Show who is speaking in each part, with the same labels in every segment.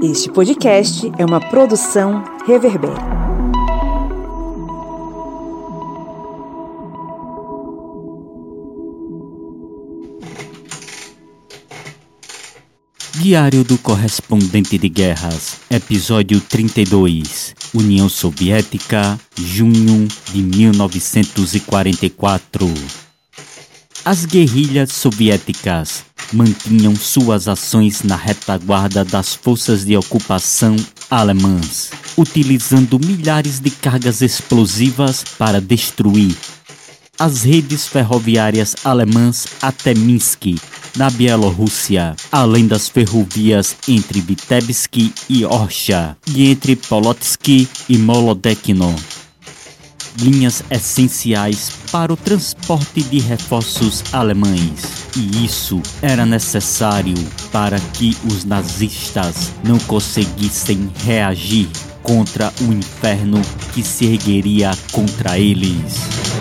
Speaker 1: Este podcast é uma produção Reverber.
Speaker 2: Diário do Correspondente de Guerras, episódio 32, União Soviética, junho de 1944. As guerrilhas soviéticas mantinham suas ações na retaguarda das forças de ocupação alemãs, utilizando milhares de cargas explosivas para destruir as redes ferroviárias alemãs até Minsk, na Bielorrússia, além das ferrovias entre Vitebsk e Orsha, e entre Polotsk e Molodechno, linhas essenciais para o transporte de reforços alemães. E isso era necessário para que os nazistas não conseguissem reagir contra o inferno que se ergueria contra eles.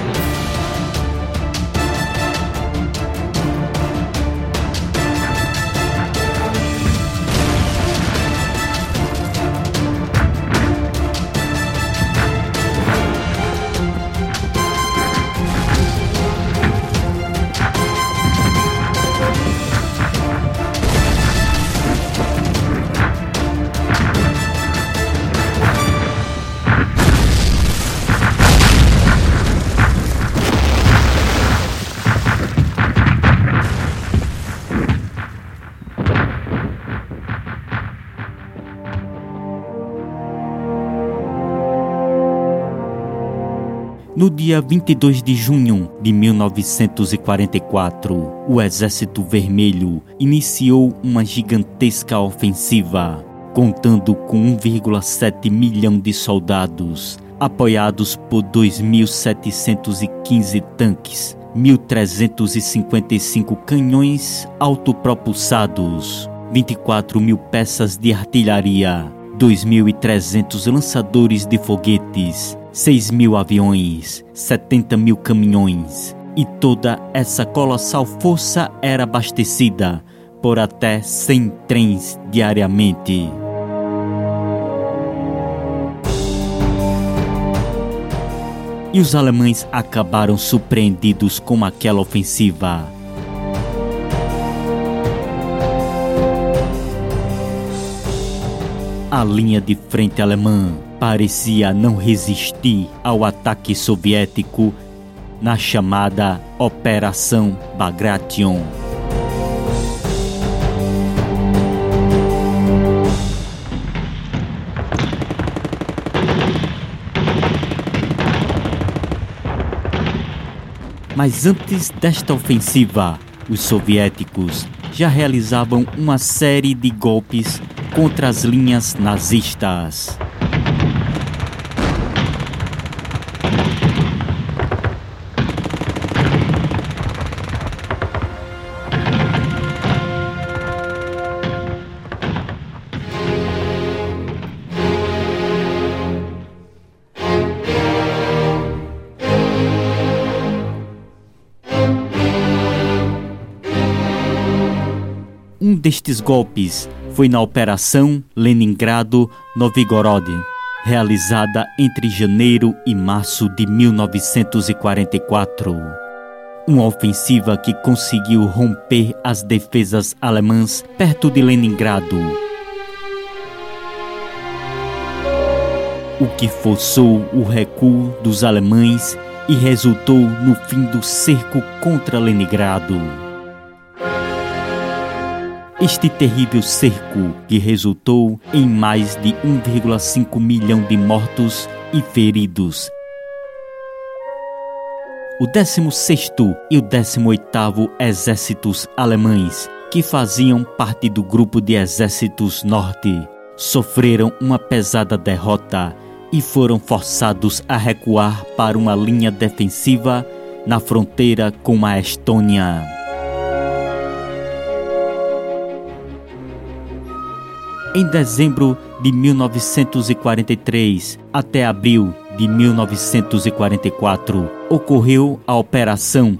Speaker 2: No dia 22 de junho de 1944, o Exército Vermelho iniciou uma gigantesca ofensiva, contando com 1,7 milhão de soldados, apoiados por 2.715 tanques, 1.355 canhões autopropulsados, 24 mil peças de artilharia, 2.300 lançadores de foguetes, 6.000 aviões, 70 mil caminhões, e toda essa colossal força era abastecida por até 100 trens diariamente. E os alemães acabaram surpreendidos com aquela ofensiva. A linha de frente alemã parecia não resistir ao ataque soviético na chamada Operação Bagration. Mas antes desta ofensiva, os soviéticos já realizavam uma série de golpes contra as linhas nazistas. Um destes golpes foi na Operação Leningrado-Novgorod, realizada entre janeiro e março de 1944. Uma ofensiva que conseguiu romper as defesas alemãs perto de Leningrado, o que forçou o recuo dos alemães e resultou no fim do cerco contra Leningrado. Este terrível cerco, que resultou em mais de 1,5 milhão de mortos e feridos. O 16º e o 18º exércitos alemães, que faziam parte do grupo de exércitos norte, sofreram uma pesada derrota e foram forçados a recuar para uma linha defensiva na fronteira com a Estônia. Em dezembro de 1943 até abril de 1944, ocorreu a Operação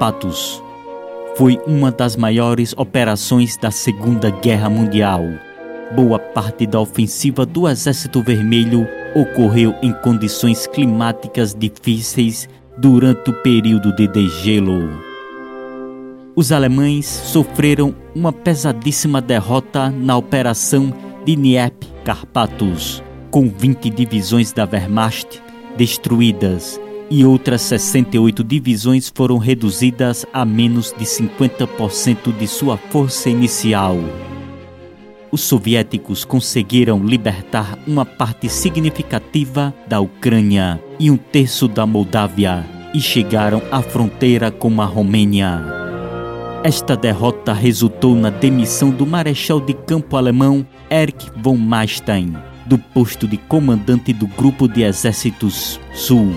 Speaker 2: Dnieper-Carpathos. Foi uma das maiores operações da Segunda Guerra Mundial, boa parte da ofensiva do Exército Vermelho ocorreu em condições climáticas difíceis durante o período de degelo. Os alemães sofreram uma pesadíssima derrota na Operação Dnieper Carpathos, com 20 divisões da Wehrmacht destruídas e outras 68 divisões foram reduzidas a menos de 50% de sua força inicial. Os soviéticos conseguiram libertar uma parte significativa da Ucrânia e um terço da Moldávia e chegaram à fronteira com a Romênia. Esta derrota resultou na demissão do marechal de campo alemão Erich von Manstein do posto de comandante do Grupo de Exércitos Sul.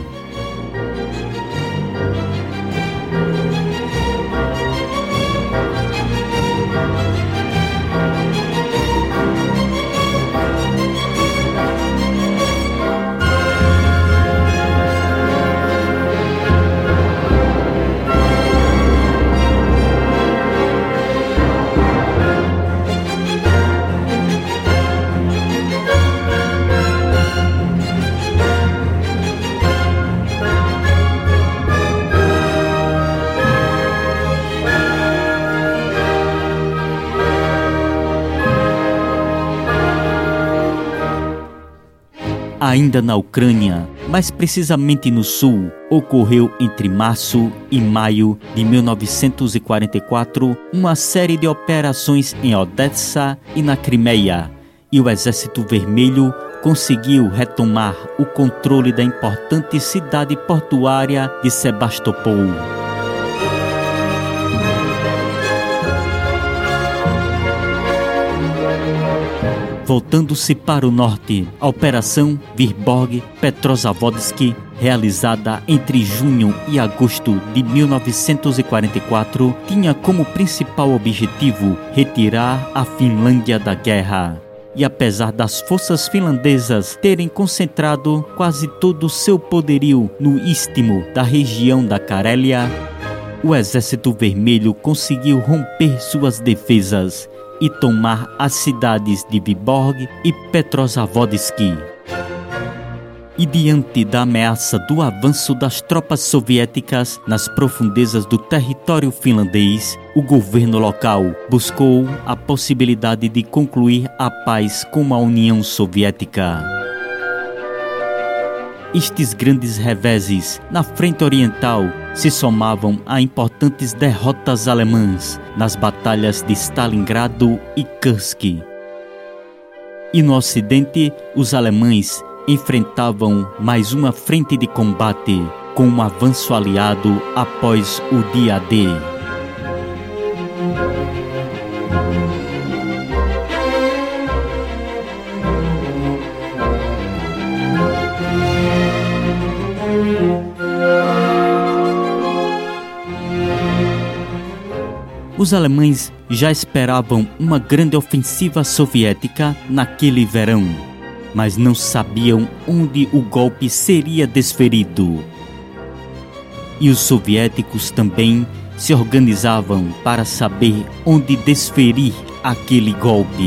Speaker 2: Ainda na Ucrânia, mais precisamente no sul, ocorreu entre março e maio de 1944 uma série de operações em Odessa e na Crimeia, e o Exército Vermelho conseguiu retomar o controle da importante cidade portuária de Sebastopol. Voltando-se para o norte, a Operação Vyborg-Petrozavodsk, realizada entre junho e agosto de 1944, tinha como principal objetivo retirar a Finlândia da guerra. E apesar das forças finlandesas terem concentrado quase todo o seu poderio no istmo da região da Carélia, o Exército Vermelho conseguiu romper suas defesas e tomar as cidades de Vyborg e Petrozavodsk. E diante da ameaça do avanço das tropas soviéticas nas profundezas do território finlandês, o governo local buscou a possibilidade de concluir a paz com a União Soviética. Estes grandes reveses na frente oriental se somavam a importantes derrotas alemãs nas batalhas de Stalingrado e Kursk. E no ocidente, os alemães enfrentavam mais uma frente de combate com um avanço aliado após o dia D. Os alemães já esperavam uma grande ofensiva soviética naquele verão, mas não sabiam onde o golpe seria desferido. E os soviéticos também se organizavam para saber onde desferir aquele golpe.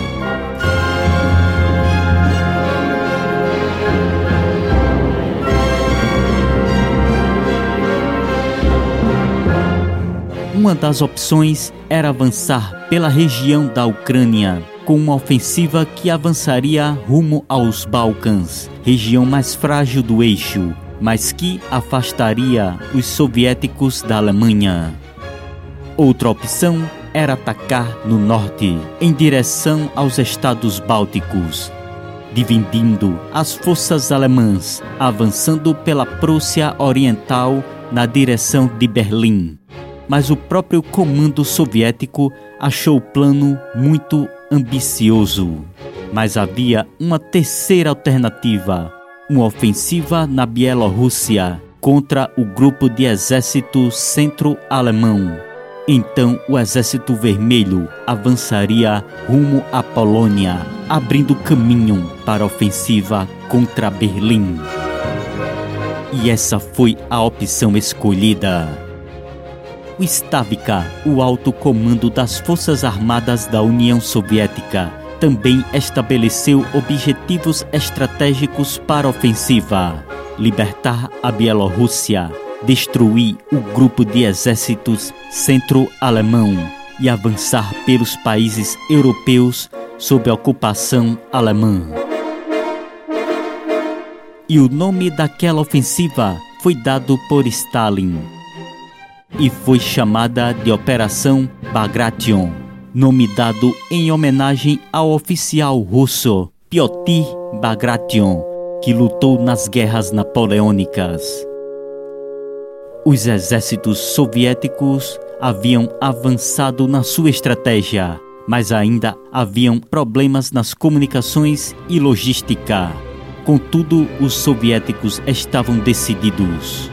Speaker 2: Uma das opções era avançar pela região da Ucrânia, com uma ofensiva que avançaria rumo aos Balcãs, região mais frágil do eixo, mas que afastaria os soviéticos da Alemanha. Outra opção era atacar no norte, em direção aos estados bálticos, dividindo as forças alemãs, avançando pela Prússia Oriental na direção de Berlim. Mas o próprio comando soviético achou o plano muito ambicioso. Mas havia uma terceira alternativa, uma ofensiva na Bielorrússia contra o grupo de exército centro-alemão. Então o Exército Vermelho avançaria rumo à Polônia, abrindo caminho para a ofensiva contra Berlim. E essa foi a opção escolhida. O Stavka, o alto comando das Forças Armadas da União Soviética, também estabeleceu objetivos estratégicos para a ofensiva: libertar a Bielorrússia, destruir o grupo de exércitos centro-alemão e avançar pelos países europeus sob a ocupação alemã. E o nome daquela ofensiva foi dado por Stalin e foi chamada de Operação Bagration, nome dado em homenagem ao oficial russo Piotr Bagration, que lutou nas guerras napoleônicas. Os exércitos soviéticos haviam avançado na sua estratégia, mas ainda haviam problemas nas comunicações e logística. Contudo, os soviéticos estavam decididos.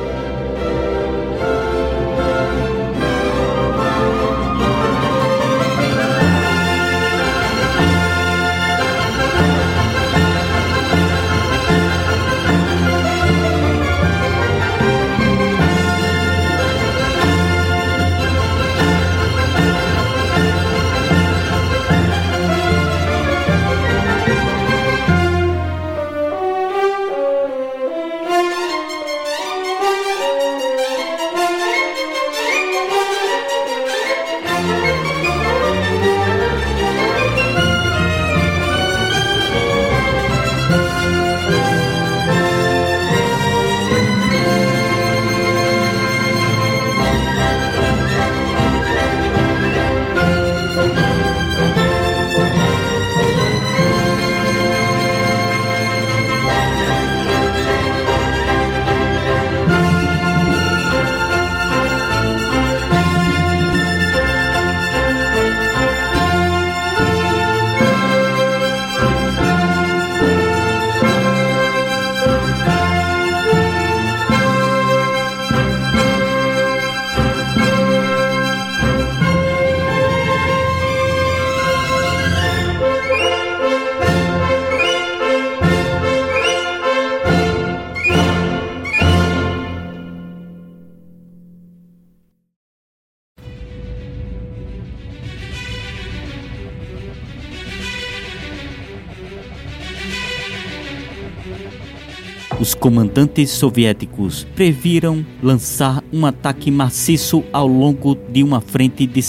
Speaker 2: Os comandantes soviéticos previram lançar um ataque maciço ao longo de uma frente de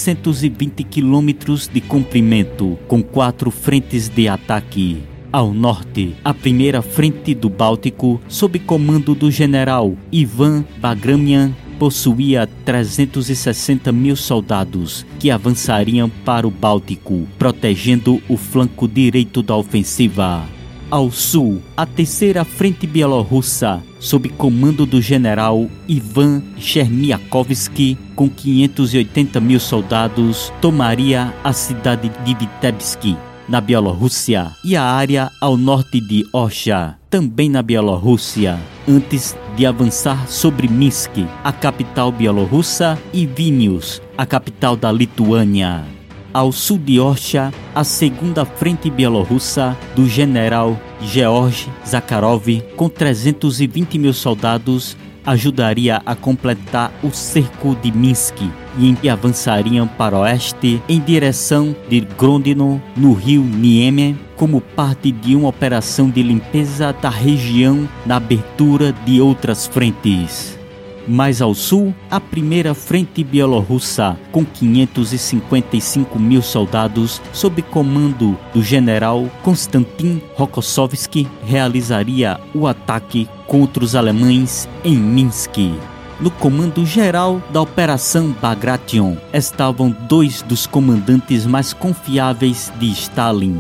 Speaker 2: 720 quilômetros de comprimento, com 4 frentes de ataque. Ao norte, a primeira frente do Báltico, sob comando do general Ivan Bagramian, possuía 360 mil soldados que avançariam para o Báltico, protegendo o flanco direito da ofensiva. Ao sul, a terceira frente bielorrussa, sob comando do general Ivan Cherniakovsky, com 580 mil soldados, tomaria a cidade de Vitebsk, na Bielorrússia, e a área ao norte de Orsha, também na Bielorrússia, antes de avançar sobre Minsk, a capital bielorrussa, e Vilnius, a capital da Lituânia. Ao sul de Orsha, a segunda frente bielorrussa do general Georgy Zakharov, com 320 mil soldados, ajudaria a completar o cerco de Minsk e avançariam para o oeste em direção de Grodno, no rio Niemen, como parte de uma operação de limpeza da região na abertura de outras frentes. Mais ao sul, a primeira frente bielorrussa, com 555 mil soldados, sob comando do general Konstantin Rokossovsky, realizaria o ataque contra os alemães em Minsk. No comando geral da Operação Bagration estavam 2 dos comandantes mais confiáveis de Stalin: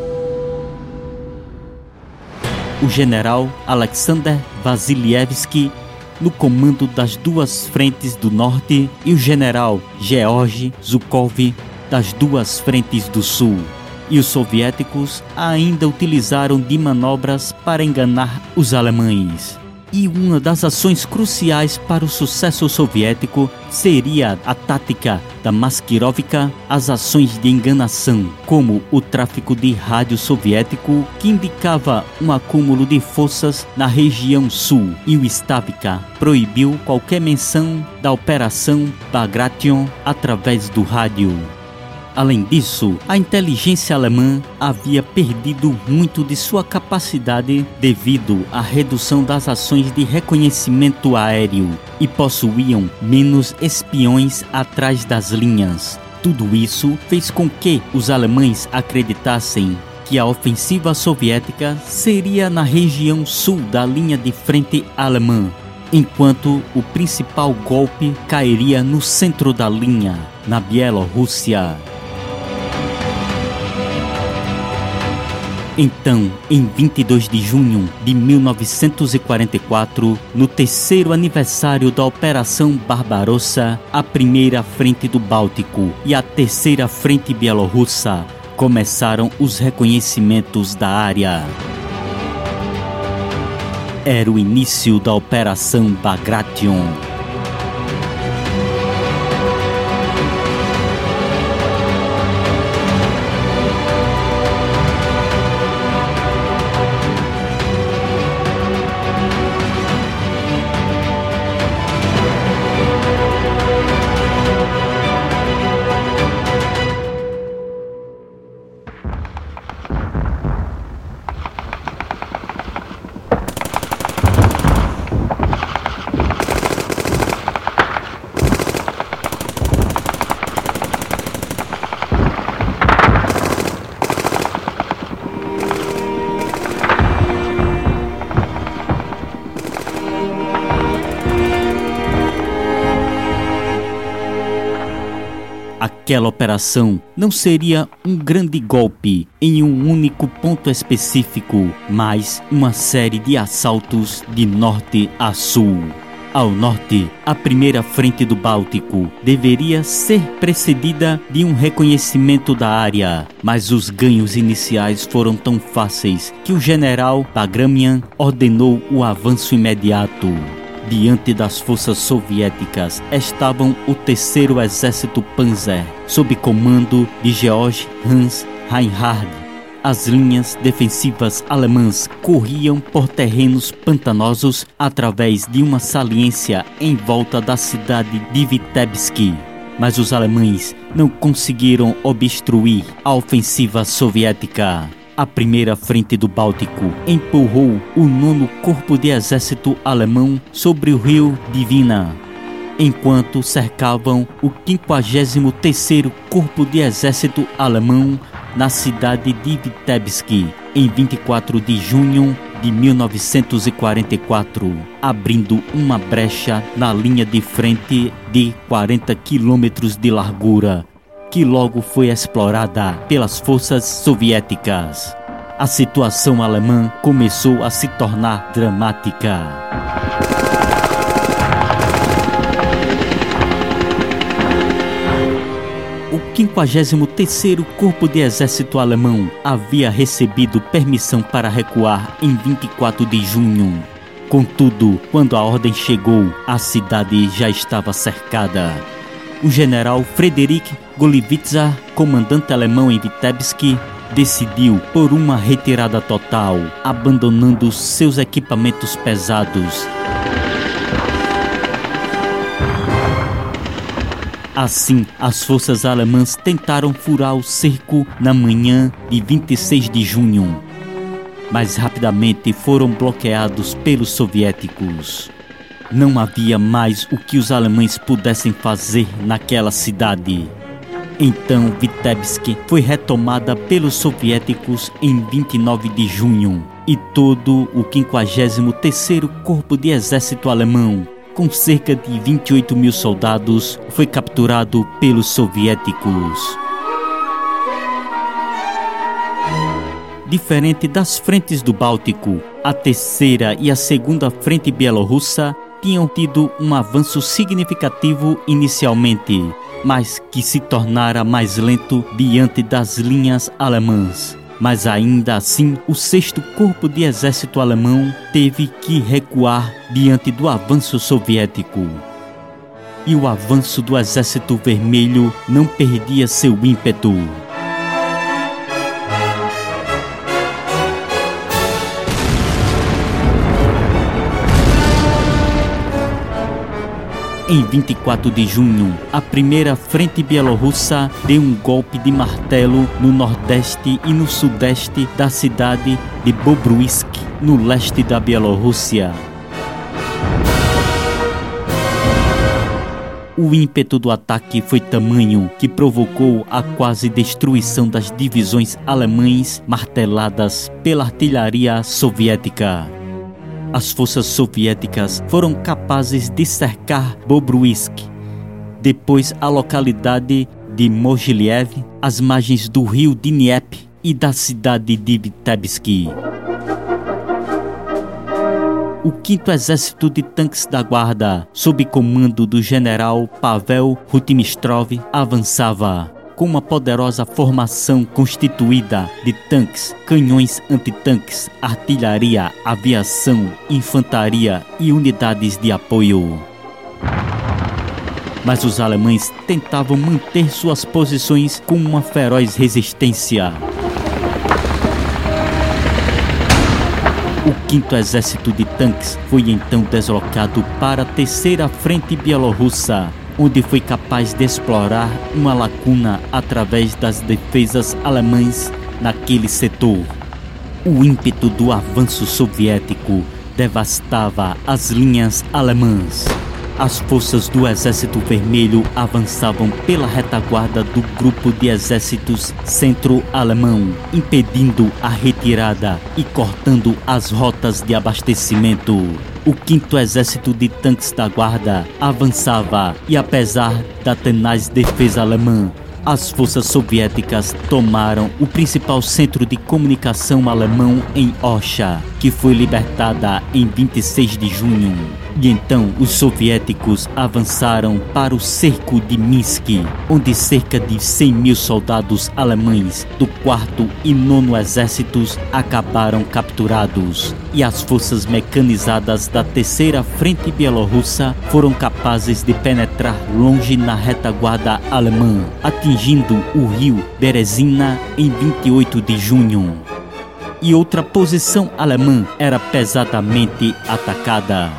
Speaker 2: o general Alexander Vasilievsky, no comando das 2 frentes do norte, e o general Georgy Zhukov, das 2 frentes do sul. E os soviéticos ainda utilizaram de manobras para enganar os alemães. E uma das ações cruciais para o sucesso soviético seria a tática da Maskirovka, as ações de enganação, como o tráfico de rádio soviético, que indicava um acúmulo de forças na região sul, e o Stavka proibiu qualquer menção da Operação Bagration através do rádio. Além disso, a inteligência alemã havia perdido muito de sua capacidade devido à redução das ações de reconhecimento aéreo e possuíam menos espiões atrás das linhas. Tudo isso fez com que os alemães acreditassem que a ofensiva soviética seria na região sul da linha de frente alemã, enquanto o principal golpe cairia no centro da linha, na Bielorrússia. Então, em 22 de junho de 1944, no terceiro aniversário da Operação Barbarossa, a primeira frente do Báltico e a terceira frente bielorrussa começaram os reconhecimentos da área. Era o início da Operação Bagration. Aquela operação não seria um grande golpe em um único ponto específico, mas uma série de assaltos de norte a sul. Ao norte, a primeira frente do Báltico deveria ser precedida de um reconhecimento da área, mas os ganhos iniciais foram tão fáceis que o general Bagramian ordenou o avanço imediato. Diante das forças soviéticas estavam o terceiro exército Panzer, sob comando de Georg Hans Reinhard. As linhas defensivas alemãs corriam por terrenos pantanosos através de uma saliência em volta da cidade de Vitebsk. Mas os alemães não conseguiram obstruir a ofensiva soviética. A primeira frente do Báltico empurrou o 9º Corpo de Exército Alemão sobre o rio Dwina, enquanto cercavam o 53º Corpo de Exército Alemão na cidade de Vitebsk, em 24 de junho de 1944, abrindo uma brecha na linha de frente de 40 quilômetros de largura, que logo foi explorada pelas forças soviéticas. A situação alemã começou a se tornar dramática. O 53º Corpo de Exército Alemão havia recebido permissão para recuar em 24 de junho. Contudo, quando a ordem chegou, a cidade já estava cercada. O general Friedrich Gollwitzer, comandante alemão em Vitebsk, decidiu por uma retirada total, abandonando seus equipamentos pesados. Assim, as forças alemãs tentaram furar o cerco na manhã de 26 de junho, mas rapidamente foram bloqueados pelos soviéticos. Não havia mais o que os alemães pudessem fazer naquela cidade. Então, Vitebsk foi retomada pelos soviéticos em 29 de junho e todo o 53º Corpo de Exército Alemão, com cerca de 28 mil soldados, foi capturado pelos soviéticos. Diferente das frentes do Báltico, a terceira e a segunda frente bielorrussa tinham tido um avanço significativo inicialmente, mas que se tornara mais lento diante das linhas alemãs. Mas ainda assim, o 6º Corpo de Exército Alemão teve que recuar diante do avanço soviético. E o avanço do Exército Vermelho não perdia seu ímpeto. Em 24 de junho, a primeira frente bielorrussa deu um golpe de martelo no nordeste e no sudeste da cidade de Bobruisk, no leste da Bielorrússia. O ímpeto do ataque foi tamanho que provocou a quase destruição das divisões alemãs marteladas pela artilharia soviética. As forças soviéticas foram capazes de cercar Bobruisk, depois a localidade de Mogiliev, às margens do rio Dnieper e da cidade de Vitebsk. O 5º Exército de Tanques da Guarda, sob comando do general Pavel Rutimistrov, avançava com uma poderosa formação constituída de tanques, canhões antitanques, artilharia, aviação, infantaria e unidades de apoio. Mas os alemães tentavam manter suas posições com uma feroz resistência. O 5º Exército de Tanques foi então deslocado para a 3ª Frente Bielorrussa, onde foi capaz de explorar uma lacuna através das defesas alemãs naquele setor. O ímpeto do avanço soviético devastava as linhas alemãs. As forças do Exército Vermelho avançavam pela retaguarda do grupo de exércitos centro-alemão, impedindo a retirada e cortando as rotas de abastecimento. O 5º Exército de Tanques da Guarda avançava e, apesar da tenaz defesa alemã, as forças soviéticas tomaram o principal centro de comunicação alemão em Ocha, que foi libertada em 26 de junho. E então os soviéticos avançaram para o cerco de Minsk, onde cerca de 100.000 soldados alemães do 4º e 9º Exércitos acabaram capturados, e as forças mecanizadas da 3ª Frente Bielorrussa foram capazes de penetrar longe na retaguarda alemã, atingindo o rio Berezina em 28 de junho. E outra posição alemã era pesadamente atacada.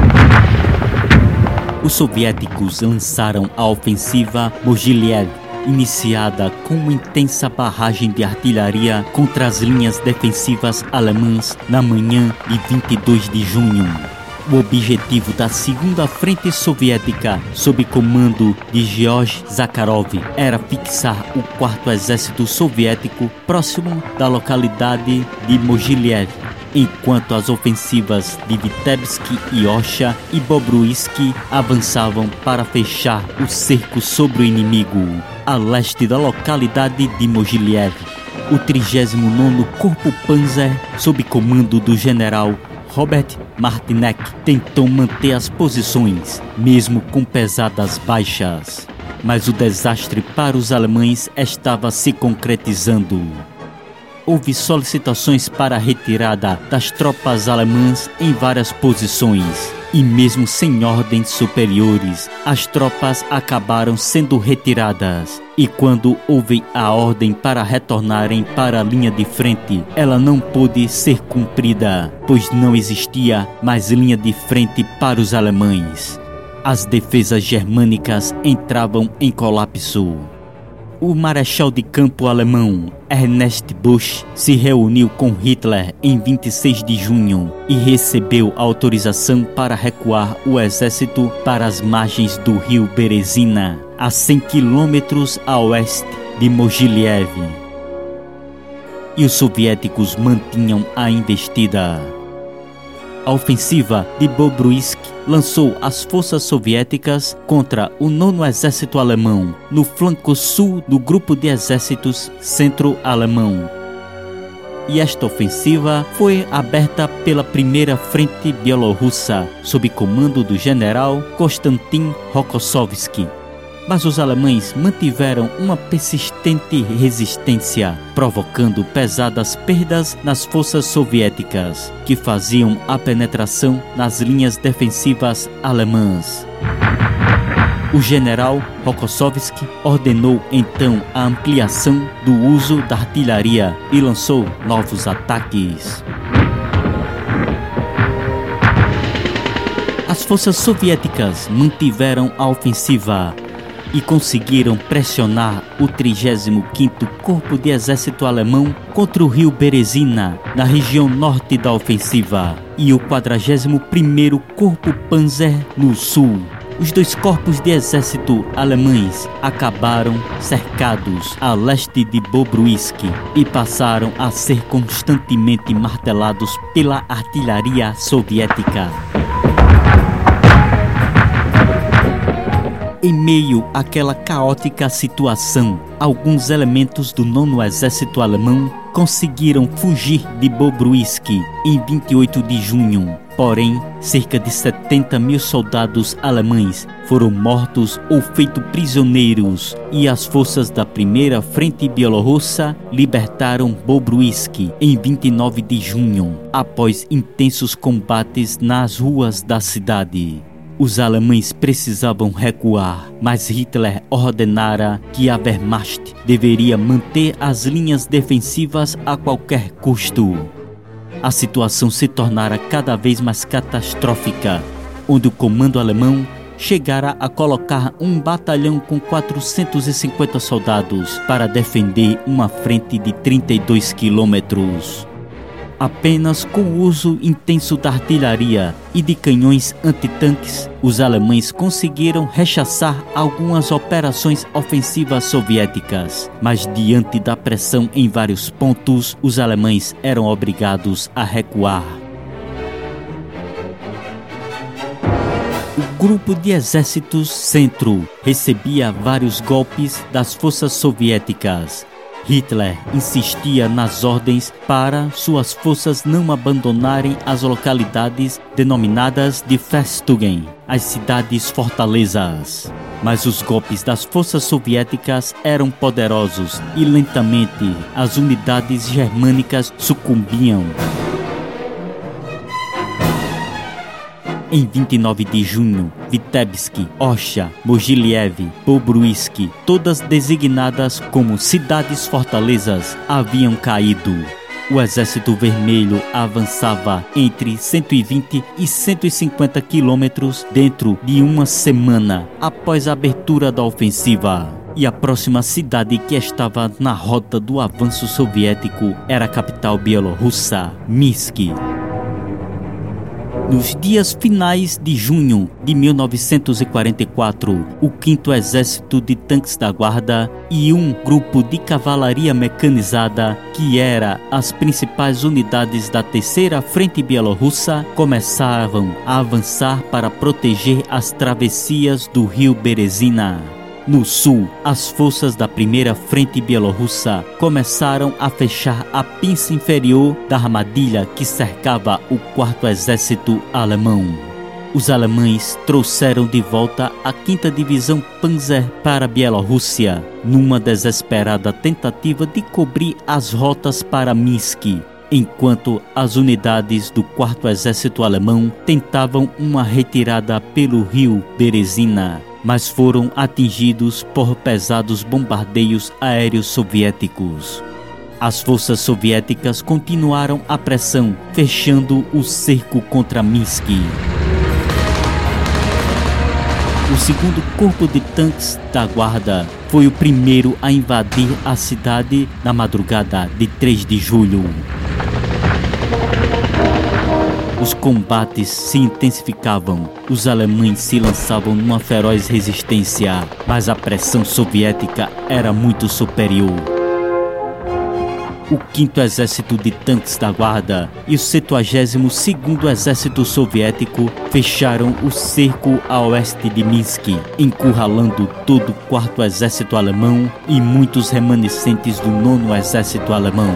Speaker 2: Os soviéticos lançaram a ofensiva Mogiliev, iniciada com uma intensa barragem de artilharia contra as linhas defensivas alemãs na manhã de 22 de junho. O objetivo da 2ª Frente Soviética, sob comando de Georgy Zakharov, era fixar o 4º Exército Soviético próximo da localidade de Mogiliev, enquanto as ofensivas de Vitebsk e Ocha e Bobruisk avançavam para fechar o cerco sobre o inimigo. A leste da localidade de Mogiliev, o 39º Corpo Panzer, sob comando do general Robert Martinek, tentou manter as posições, mesmo com pesadas baixas. Mas o desastre para os alemães estava se concretizando. Houve solicitações para a retirada das tropas alemãs em várias posições, e mesmo sem ordens superiores, as tropas acabaram sendo retiradas. E quando houve a ordem para retornarem para a linha de frente, ela não pôde ser cumprida, pois não existia mais linha de frente para os alemães. As defesas germânicas entravam em colapso. O marechal de campo alemão Ernest Busch se reuniu com Hitler em 26 de junho e recebeu autorização para recuar o exército para as margens do rio Berezina, a 100 quilômetros a oeste de Mogiliev. E os soviéticos mantinham a investida. A ofensiva de Bobruisk lançou as forças soviéticas contra o 9º Exército Alemão no flanco sul do grupo de exércitos centro-alemão. E esta ofensiva foi aberta pela 1ª Frente Bielorrussa, sob comando do general Konstantin Rokossovski. Mas os alemães mantiveram uma persistente resistência, provocando pesadas perdas nas forças soviéticas, que faziam a penetração nas linhas defensivas alemãs. O general Rokossovski ordenou então a ampliação do uso da artilharia e lançou novos ataques. As As forças soviéticas mantiveram a ofensiva e conseguiram pressionar o 35º Corpo de Exército Alemão contra o rio Berezina, na região norte da ofensiva, e o 41º Corpo Panzer no sul. Os dois corpos de exército alemães acabaram cercados a leste de Bobruisk e passaram a ser constantemente martelados pela artilharia soviética. Em meio àquela caótica situação, alguns elementos do 9º Exército Alemão conseguiram fugir de Bobruisk em 28 de junho. Porém, cerca de 70 mil soldados alemães foram mortos ou feitos prisioneiros e as forças da Primeira Frente Bielorrussa libertaram Bobruisk em 29 de junho, após intensos combates nas ruas da cidade. Os alemães precisavam recuar, mas Hitler ordenara que a Wehrmacht deveria manter as linhas defensivas a qualquer custo. A situação se tornara cada vez mais catastrófica, onde o comando alemão chegara a colocar um batalhão com 450 soldados para defender uma frente de 32 quilômetros. Apenas com o uso intenso da artilharia e de canhões antitanques, os alemães conseguiram rechaçar algumas operações ofensivas soviéticas, mas diante da pressão em vários pontos, os alemães eram obrigados a recuar. O grupo de exércitos Centro recebia vários golpes das forças soviéticas. Hitler insistia nas ordens para suas forças não abandonarem as localidades denominadas de Festungen, as cidades fortalezas. Mas os golpes das forças soviéticas eram poderosos e lentamente as unidades germânicas sucumbiam. Em 29 de junho, Vitebsk, Ocha, Mogiliev, Bobruisk, todas designadas como cidades-fortalezas, haviam caído. O Exército Vermelho avançava entre 120 e 150 quilômetros dentro de uma semana após a abertura da ofensiva. E a próxima cidade que estava na rota do avanço soviético era a capital bielorrussa, Minsk. Nos dias finais de junho de 1944, o 5º Exército de Tanques da Guarda e um grupo de cavalaria mecanizada, que era as principais unidades da Terceira Frente Bielorrussa, começavam a avançar para proteger as travessias do rio Berezina. No sul, as forças da Primeira Frente Bielorrussa começaram a fechar a pinça inferior da armadilha que cercava o 4º Exército Alemão. Os alemães trouxeram de volta a 5ª Divisão Panzer para a Bielorrússia, numa desesperada tentativa de cobrir as rotas para Minsk, enquanto as unidades do 4º Exército Alemão tentavam uma retirada pelo rio Berezina, mas foram atingidos por pesados bombardeios aéreos soviéticos. As forças soviéticas continuaram a pressão, fechando o cerco contra Minsk. O 2º Corpo de Tanques da Guarda foi o primeiro a invadir a cidade na madrugada de 3 de julho. Os combates se intensificavam, os alemães se lançavam numa feroz resistência, mas a pressão soviética era muito superior. O 5º Exército de Tanques da Guarda e o 72º Exército Soviético fecharam o cerco a oeste de Minsk, encurralando todo o 4º Exército Alemão e muitos remanescentes do 9º Exército Alemão.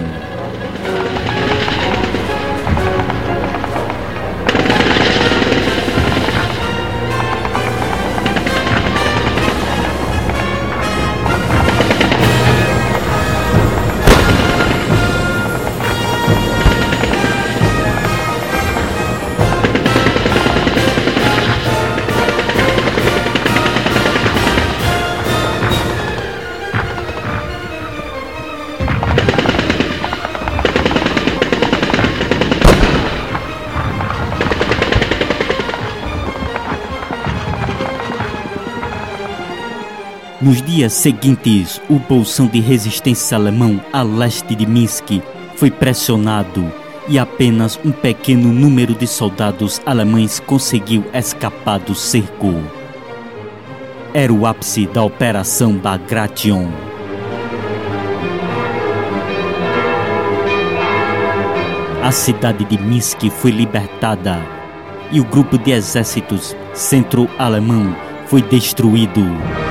Speaker 2: Nos dias seguintes, o bolsão de resistência alemão a leste de Minsk foi pressionado e apenas um pequeno número de soldados alemães conseguiu escapar do cerco. Era o ápice da Operação Bagration. A cidade de Minsk foi libertada e o grupo de exércitos centro-alemão foi destruído.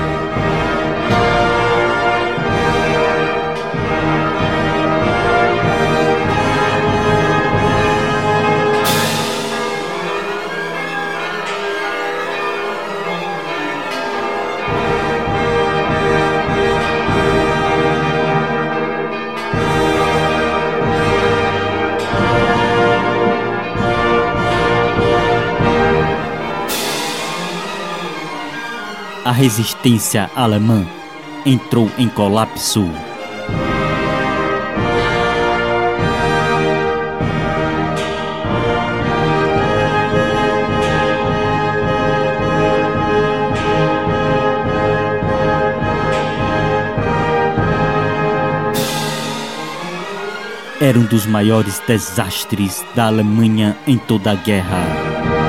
Speaker 2: A resistência alemã entrou em colapso. Era um dos maiores desastres da Alemanha em toda a guerra.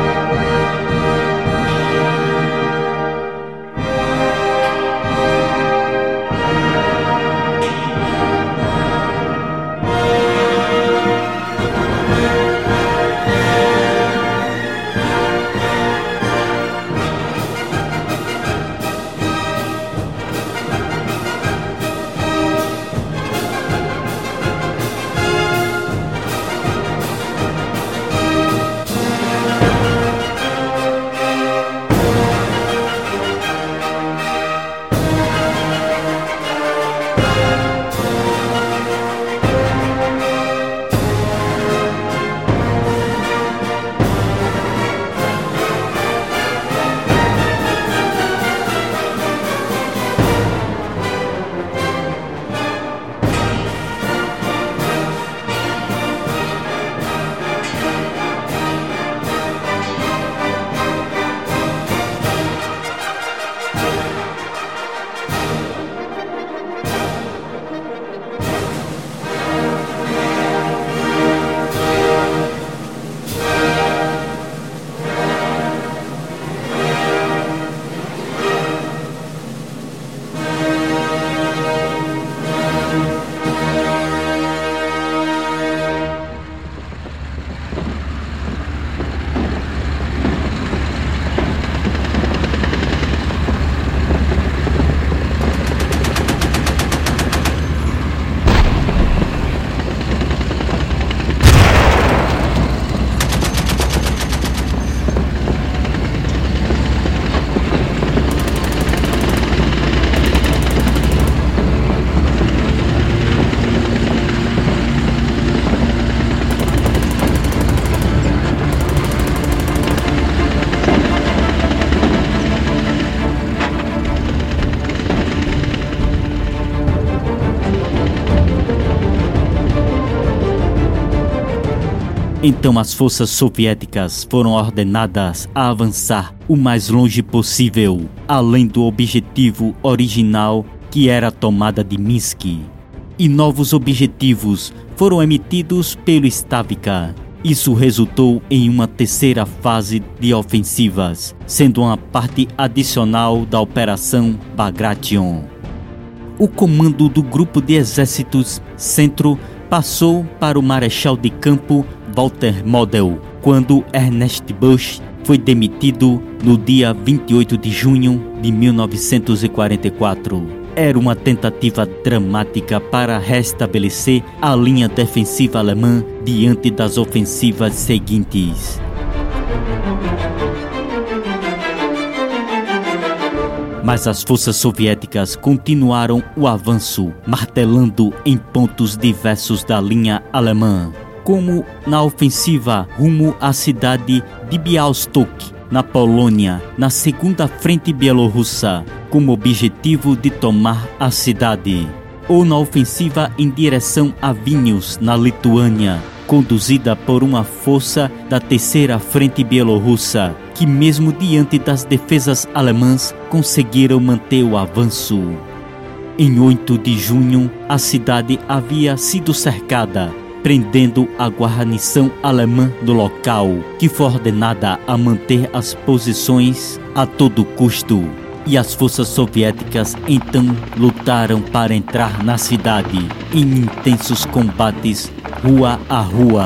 Speaker 2: Então as forças soviéticas foram ordenadas a avançar o mais longe possível, além do objetivo original, que era a tomada de Minsk. E novos objetivos foram emitidos pelo Stavka. Isso resultou em uma terceira fase de ofensivas, sendo uma parte adicional da Operação Bagration. O comando do grupo de exércitos centro passou para o marechal de campo Walter Model, quando Ernest Busch foi demitido no dia 28 de junho de 1944. Era uma tentativa dramática para restabelecer a linha defensiva alemã diante das ofensivas seguintes. Mas as forças soviéticas continuaram o avanço, martelando em pontos diversos da linha alemã, como na ofensiva rumo à cidade de Białystok, na Polônia, na segunda frente bielorrussa, com o objetivo de tomar a cidade, ou na ofensiva em direção a Vilnius, na Lituânia, conduzida por uma força da terceira frente bielorrussa, que que mesmo diante das defesas alemãs conseguiram manter o avanço. Em 8 de junho, a cidade havia sido cercada, prendendo a guarnição alemã no local, que foi ordenada a manter as posições a todo custo. E as forças soviéticas então lutaram para entrar na cidade, em intensos combates rua a rua.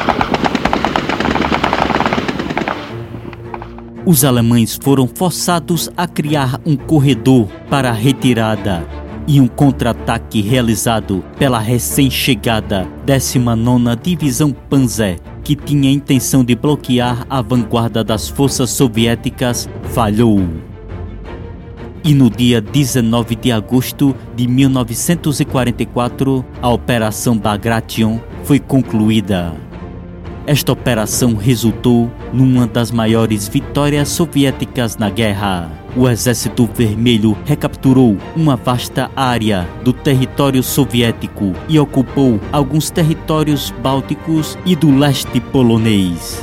Speaker 2: Os alemães foram forçados a criar um corredor para a retirada e um contra-ataque realizado pela recém-chegada 19ª Divisão Panzer, que tinha a intenção de bloquear a vanguarda das forças soviéticas, falhou. E no dia 19 de agosto de 1944, a Operação Bagration foi concluída. Esta operação resultou numa das maiores vitórias soviéticas na guerra. O Exército Vermelho recapturou uma vasta área do território soviético e ocupou alguns territórios bálticos e do leste polonês.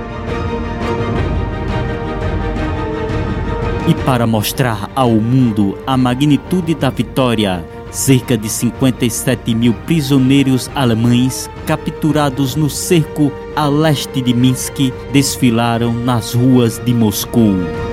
Speaker 2: E para mostrar ao mundo a magnitude da vitória, cerca de 57 mil prisioneiros alemães capturados no cerco a leste de Minsk desfilaram nas ruas de Moscou.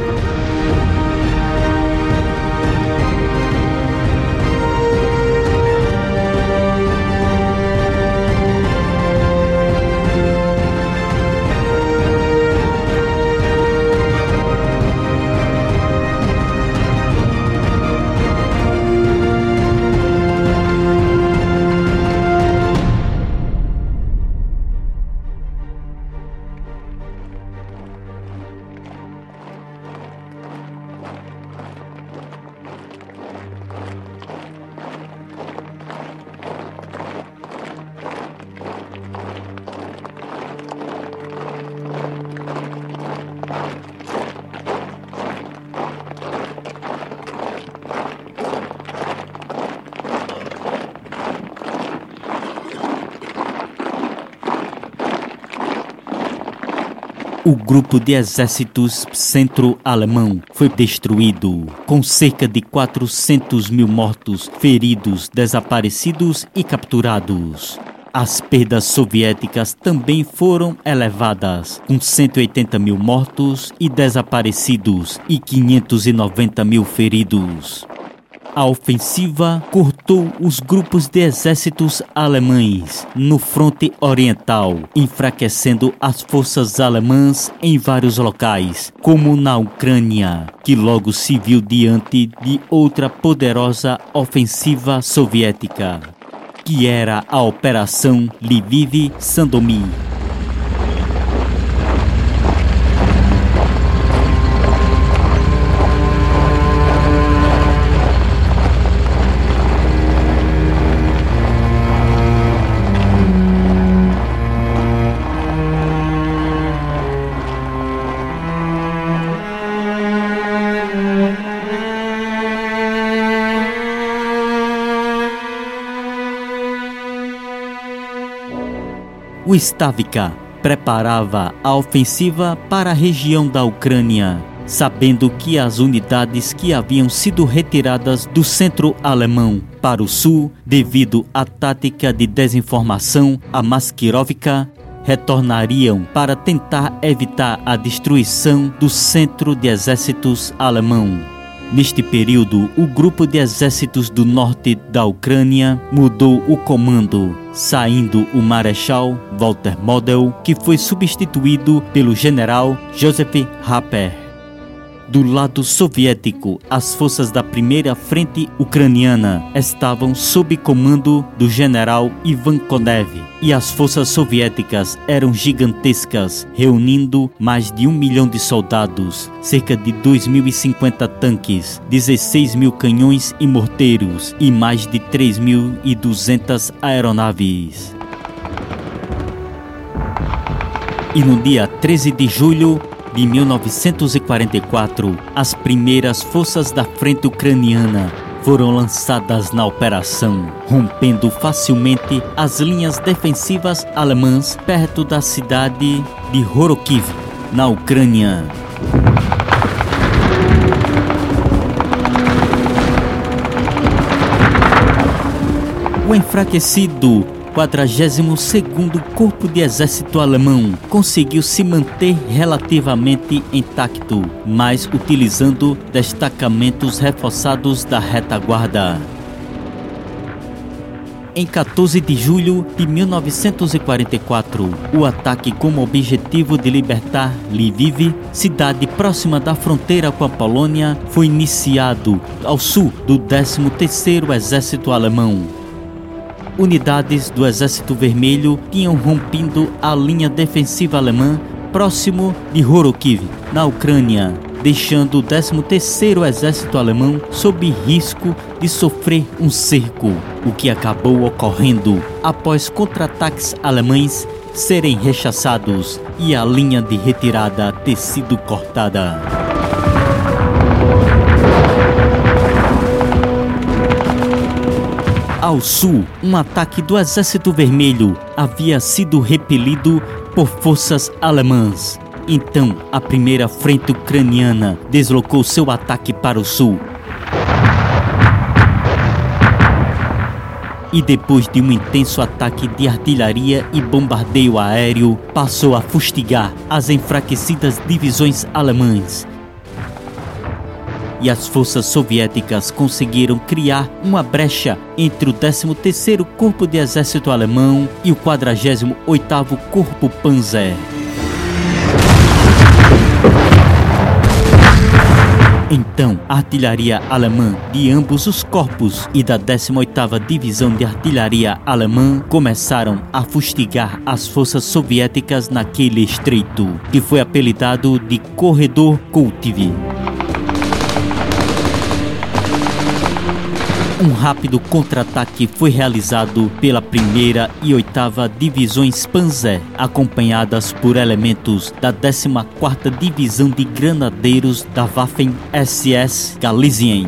Speaker 2: O grupo de exércitos centro-alemão foi destruído, com cerca de 400 mil mortos, feridos, desaparecidos e capturados. As perdas soviéticas também foram elevadas, com 180 mil mortos e desaparecidos e 590 mil feridos. A ofensiva cortou os grupos de exércitos alemães no fronte oriental, enfraquecendo as forças alemãs em vários locais, como na Ucrânia, que logo se viu diante de outra poderosa ofensiva soviética, que era a Operação Lviv-Sandomir. O Stavka preparava a ofensiva para a região da Ucrânia, sabendo que as unidades que haviam sido retiradas do centro alemão para o sul, devido à tática de desinformação, a Maskirovka, retornariam para tentar evitar a destruição do centro de exércitos alemão. Neste período, o grupo de exércitos do norte da Ucrânia mudou o comando, saindo o marechal Walter Model, que foi substituído pelo general Joseph Rapper. Do lado soviético, as forças da primeira frente ucraniana estavam sob comando do general Ivan Konev, e as forças soviéticas eram gigantescas, reunindo mais de 1 milhão de soldados, cerca de 2.050 tanques, 16 mil canhões e morteiros e mais de 3.200 aeronaves. E no dia 13 de julho de 1944, as primeiras forças da frente ucraniana foram lançadas na operação, rompendo facilmente as linhas defensivas alemãs perto da cidade de Horokhiv, na Ucrânia. O enfraquecido 42º Corpo de Exército Alemão conseguiu se manter relativamente intacto, mas utilizando destacamentos reforçados da retaguarda. Em 14 de julho de 1944, o ataque com o objetivo de libertar Lviv, cidade próxima da fronteira com a Polônia, foi iniciado ao sul do 13º Exército Alemão. Unidades do Exército Vermelho tinham rompido a linha defensiva alemã próximo de Horokhiv, na Ucrânia, deixando o 13º Exército Alemão sob risco de sofrer um cerco, o que acabou ocorrendo após contra-ataques alemães serem rechaçados e a linha de retirada ter sido cortada. Ao sul, um ataque do Exército Vermelho havia sido repelido por forças alemãs. Então, a primeira frente ucraniana deslocou seu ataque para o sul. E depois de um intenso ataque de artilharia e bombardeio aéreo, passou a fustigar as enfraquecidas divisões alemãs. E as forças soviéticas conseguiram criar uma brecha entre o 13º Corpo de Exército Alemão e o 48º Corpo Panzer. Então, a artilharia alemã de ambos os corpos e da 18ª Divisão de Artilharia Alemã começaram a fustigar as forças soviéticas naquele estreito, que foi apelidado de Corredor Koutivi. Um rápido contra-ataque foi realizado pela 1ª e 8ª Divisões Panzer, acompanhadas por elementos da 14ª Divisão de Granadeiros da Waffen-SS Galizien.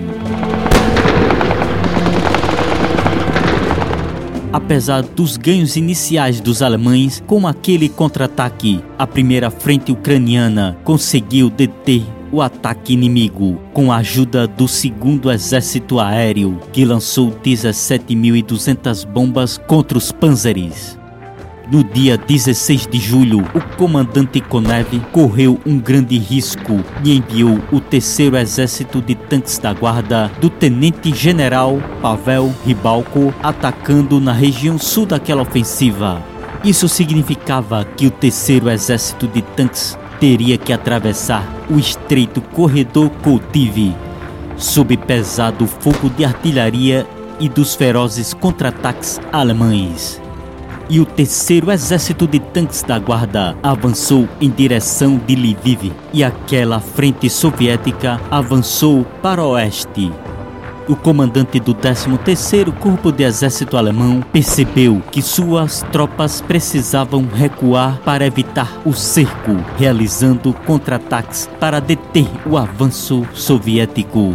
Speaker 2: Apesar dos ganhos iniciais dos alemães com aquele contra-ataque, a primeira frente ucraniana conseguiu deter o ataque inimigo com a ajuda do 2º Exército Aéreo, que lançou 17.200 bombas contra os panzeres. No dia 16 de julho, o comandante Konev correu um grande risco e enviou o 3º Exército de Tanques da Guarda do Tenente-General Pavel Rybalko atacando na região sul daquela ofensiva. Isso significava que o 3º Exército de Tanques teria que atravessar o estreito Corredor Koutivi, sob pesado fogo de artilharia e dos ferozes contra-ataques alemães. E o 3º Exército de Tanques da Guarda avançou em direção de Lviv, e aquela frente soviética avançou para o oeste. O comandante do 13º Corpo de Exército Alemão percebeu que suas tropas precisavam recuar para evitar o cerco, realizando contra-ataques para deter o avanço soviético.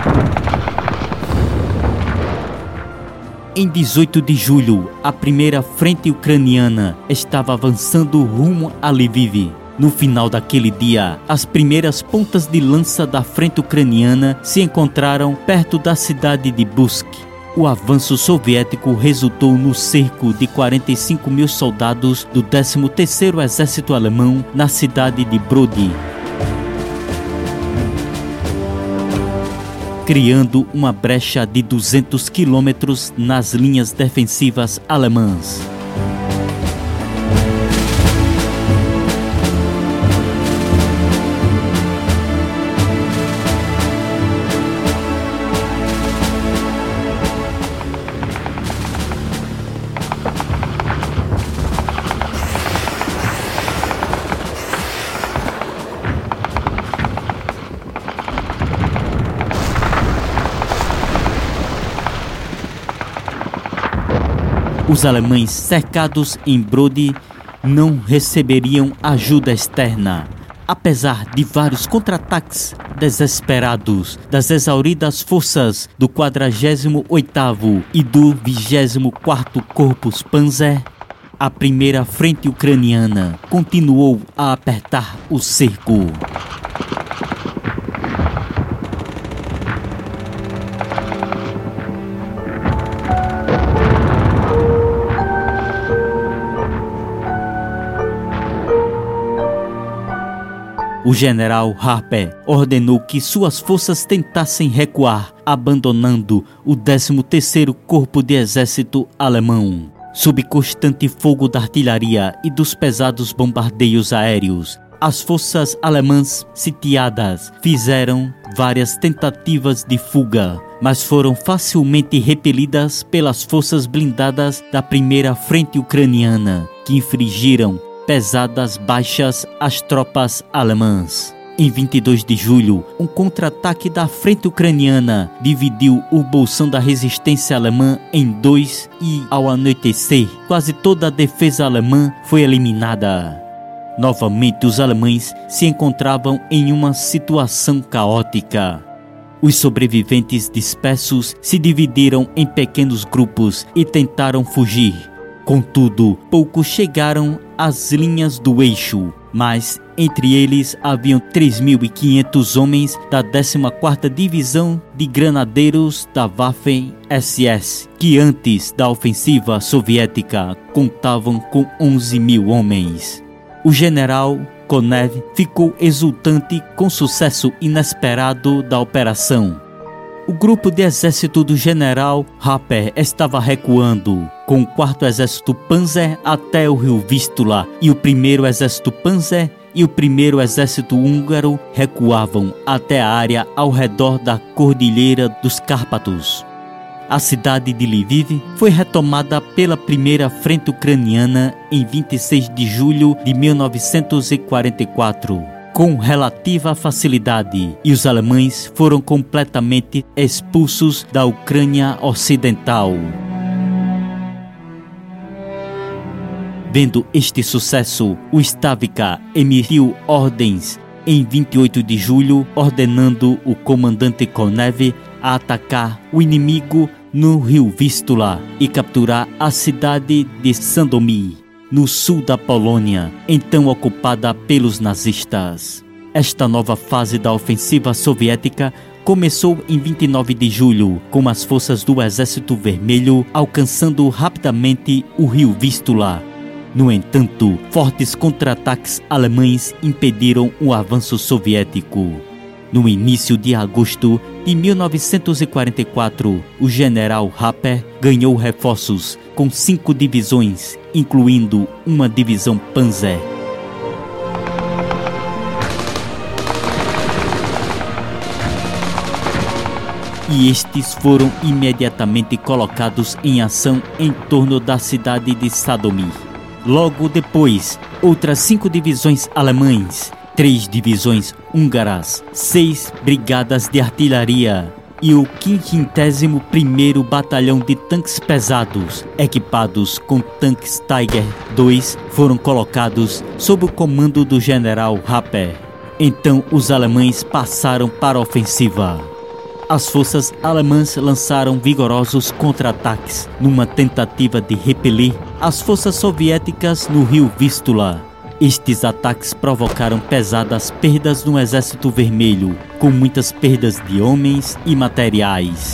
Speaker 2: Em 18 de julho, a primeira frente ucraniana estava avançando rumo a Lviv. No final daquele dia, as primeiras pontas de lança da frente ucraniana se encontraram perto da cidade de Busk. O avanço soviético resultou no cerco de 45.000 soldados do 13º Exército Alemão na cidade de Brody, criando uma brecha de 200 quilômetros nas linhas defensivas alemãs. Os alemães cercados em Brody não receberiam ajuda externa. Apesar de vários contra-ataques desesperados das exauridas forças do 48º e do 24º Corpus Panzer, a primeira frente ucraniana continuou a apertar o cerco. O general Harper ordenou que suas forças tentassem recuar, abandonando o 13º Corpo de Exército Alemão. Sob constante fogo da artilharia e dos pesados bombardeios aéreos, as forças alemãs sitiadas fizeram várias tentativas de fuga, mas foram facilmente repelidas pelas forças blindadas da primeira frente ucraniana, que infligiram pesadas baixas às tropas alemãs. Em 22 de julho, um contra-ataque da frente ucraniana dividiu o bolsão da resistência alemã em dois e, ao anoitecer, quase toda a defesa alemã foi eliminada. Novamente, os alemães se encontravam em uma situação caótica. Os sobreviventes dispersos se dividiram em pequenos grupos e tentaram fugir. Contudo, poucos chegaram às linhas do eixo, mas entre eles haviam 3.500 homens da 14ª Divisão de Granadeiros da Waffen-SS, que antes da ofensiva soviética contavam com 11.000 homens. O general Konev ficou exultante com o sucesso inesperado da operação. O grupo de exército do general Harper estava recuando, com o 4º Exército Panzer até o rio Vístula, e o 1º Exército Panzer e o 1º Exército Húngaro recuavam até a área ao redor da Cordilheira dos Cárpatos. A cidade de Lviv foi retomada pela primeira frente ucraniana em 26 de julho de 1944. Com relativa facilidade, e os alemães foram completamente expulsos da Ucrânia Ocidental. Vendo este sucesso, o Stavka emitiu ordens em 28 de julho, ordenando o comandante Konev a atacar o inimigo no rio Vístula e capturar a cidade de Sandomir, no sul da Polônia, então ocupada pelos nazistas. Esta nova fase da ofensiva soviética começou em 29 de julho, com as forças do Exército Vermelho alcançando rapidamente o rio Vístula. No entanto, fortes contra-ataques alemães impediram o avanço soviético. No início de agosto de 1944, o general Harper ganhou reforços com 5 divisões, incluindo uma divisão Panzer. E estes foram imediatamente colocados em ação em torno da cidade de Sandomir. Logo depois, outras 5 divisões alemãs, 3 divisões húngaras, 6 brigadas de artilharia e o 51º Batalhão de Tanques Pesados, equipados com tanques Tiger II, foram colocados sob o comando do general Harper. Então os alemães passaram para a ofensiva. As forças alemãs lançaram vigorosos contra-ataques numa tentativa de repelir as forças soviéticas no rio Vístula. Estes ataques provocaram pesadas perdas no Exército Vermelho, com muitas perdas de homens e materiais.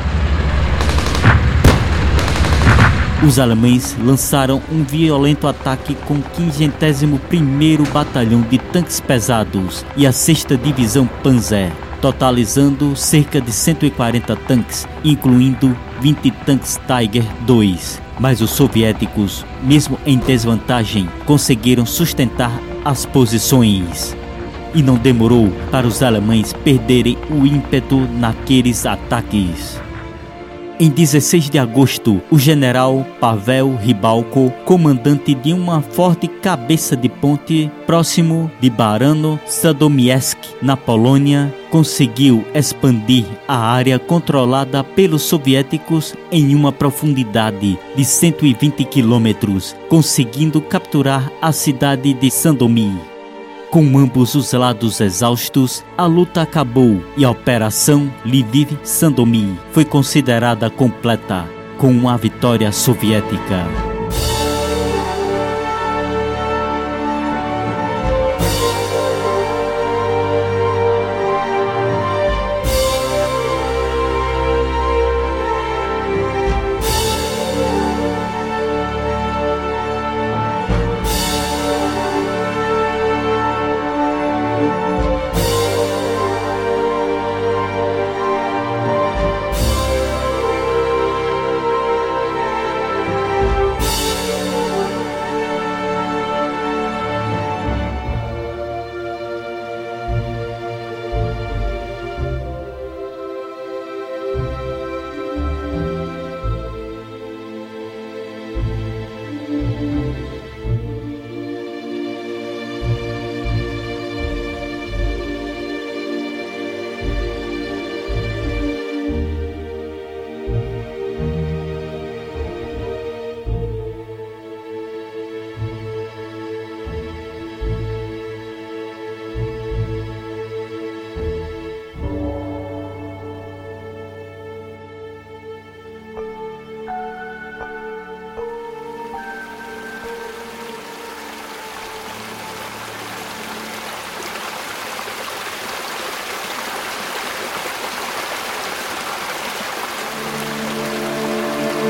Speaker 2: Os alemães lançaram um violento ataque com o 51º Batalhão de Tanques Pesados e a 6ª Divisão Panzer, totalizando cerca de 140 tanques, incluindo 20 tanques Tiger II. Mas os soviéticos, mesmo em desvantagem, conseguiram sustentar as posições. E não demorou para os alemães perderem o ímpeto naqueles ataques. Em 16 de agosto, o general Pavel Rybalko, comandante de uma forte cabeça de ponte próximo de Barano-Sandomiersk, na Polônia, conseguiu expandir a área controlada pelos soviéticos em uma profundidade de 120 quilômetros, conseguindo capturar a cidade de Sandomir. Com ambos os lados exaustos, a luta acabou e a Operação Lviv-Sandomir foi considerada completa, com uma vitória soviética.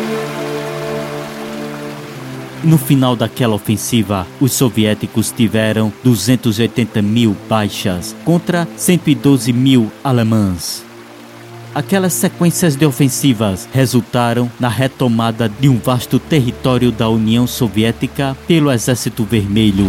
Speaker 2: No final daquela ofensiva, os soviéticos tiveram 280 mil baixas contra 112 mil alemães. Aquelas sequências de ofensivas resultaram na retomada de um vasto território da União Soviética pelo Exército Vermelho.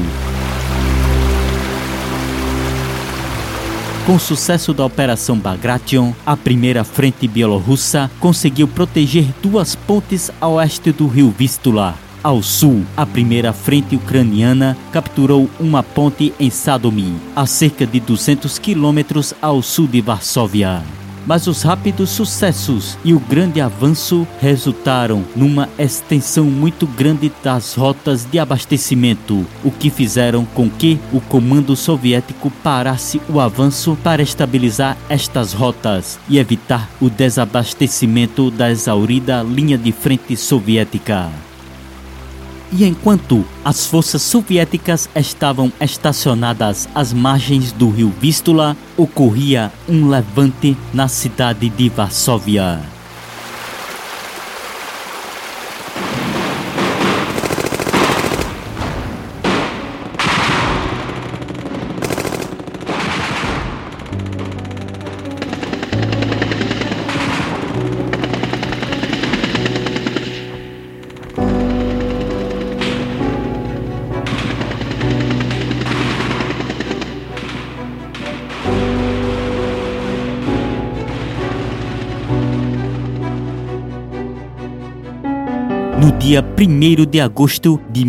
Speaker 2: Com o sucesso da Operação Bagration, a primeira frente bielorrussa conseguiu proteger duas pontes a oeste do rio Vístula. Ao sul, a primeira frente ucraniana capturou uma ponte em Sadomy, a cerca de 200 quilômetros ao sul de Varsóvia. Mas os rápidos sucessos e o grande avanço resultaram numa extensão muito grande das rotas de abastecimento, o que fizeram com que o comando soviético parasse o avanço para estabilizar estas rotas e evitar o desabastecimento da exaurida linha de frente soviética. E enquanto as forças soviéticas estavam estacionadas às margens do rio Vístula, ocorria um levante na cidade de Varsóvia. No dia 1º de agosto de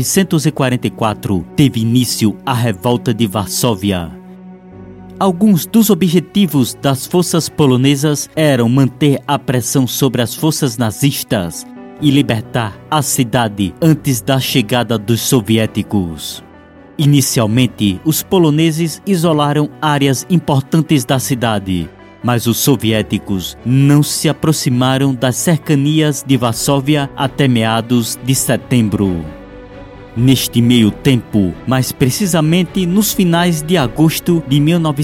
Speaker 2: 1944, teve início a Revolta de Varsóvia. Alguns dos objetivos das forças polonesas eram manter a pressão sobre as forças nazistas e libertar a cidade antes da chegada dos soviéticos. Inicialmente, os poloneses isolaram áreas importantes da cidade, mas os soviéticos não se aproximaram das cercanias de Varsóvia até meados de setembro. Neste meio tempo, mais precisamente nos finais de agosto de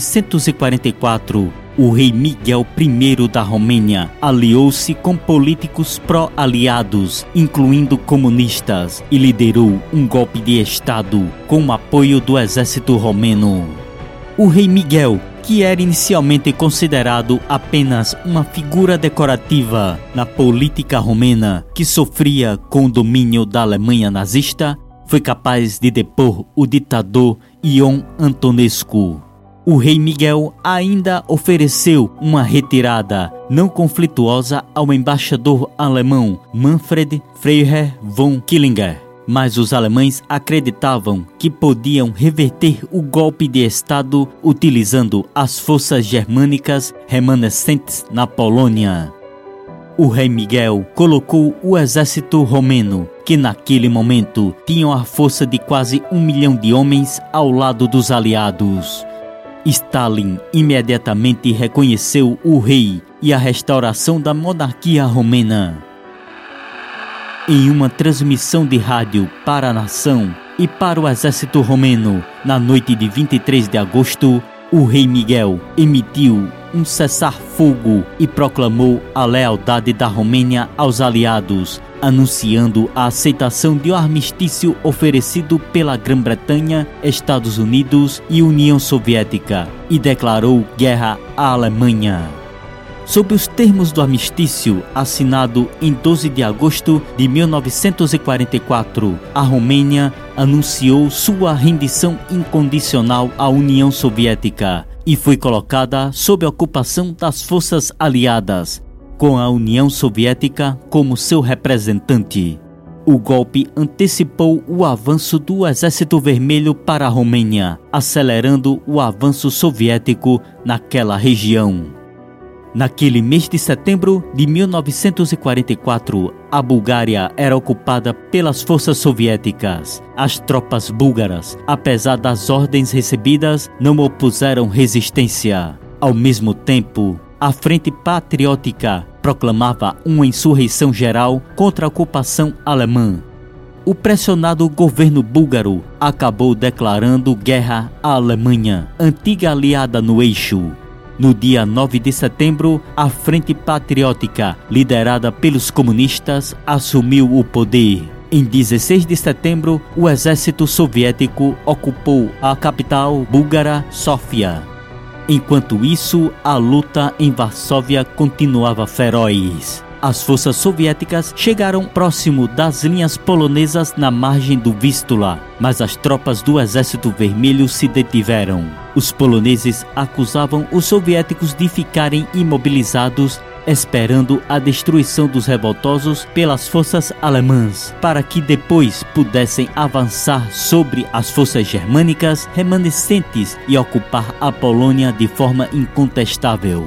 Speaker 2: 1944, o rei Miguel I da Romênia aliou-se com políticos pró-aliados, incluindo comunistas, e liderou um golpe de Estado com o apoio do exército romeno. O rei Miguel, que era inicialmente considerado apenas uma figura decorativa na política romena que sofria com o domínio da Alemanha nazista, foi capaz de depor o ditador Ion Antonescu. O rei Miguel ainda ofereceu uma retirada não conflituosa ao embaixador alemão Manfred Freiherr von Killinger. Mas os alemães acreditavam que podiam reverter o golpe de Estado utilizando as forças germânicas remanescentes na Polônia. O rei Miguel colocou o exército romeno, que naquele momento tinha a força de quase 1 milhão de homens, ao lado dos aliados. Stalin imediatamente reconheceu o rei e a restauração da monarquia romena. Em uma transmissão de rádio para a nação e para o exército romeno, na noite de 23 de agosto, o rei Miguel emitiu um cessar-fogo e proclamou a lealdade da Romênia aos aliados, anunciando a aceitação de um armistício oferecido pela Grã-Bretanha, Estados Unidos e União Soviética, e declarou guerra à Alemanha. Sob os termos do armistício, assinado em 12 de agosto de 1944, a Romênia anunciou sua rendição incondicional à União Soviética e foi colocada sob a ocupação das forças aliadas, com a União Soviética como seu representante. O golpe antecipou o avanço do Exército Vermelho para a Romênia, acelerando o avanço soviético naquela região. Naquele mês de setembro de 1944, a Bulgária era ocupada pelas forças soviéticas. As tropas búlgaras, apesar das ordens recebidas, não opuseram resistência. Ao mesmo tempo, a Frente Patriótica proclamava uma insurreição geral contra a ocupação alemã. O pressionado governo búlgaro acabou declarando guerra à Alemanha, antiga aliada no eixo. No dia 9 de setembro, a Frente Patriótica, liderada pelos comunistas, assumiu o poder. Em 16 de setembro, o exército soviético ocupou a capital búlgara, Sófia. Enquanto isso, a luta em Varsóvia continuava feroz. As forças soviéticas chegaram próximo das linhas polonesas na margem do Vístula, mas as tropas do Exército Vermelho se detiveram. Os poloneses acusavam os soviéticos de ficarem imobilizados, esperando a destruição dos revoltosos pelas forças alemãs, para que depois pudessem avançar sobre as forças germânicas remanescentes e ocupar a Polônia de forma incontestável.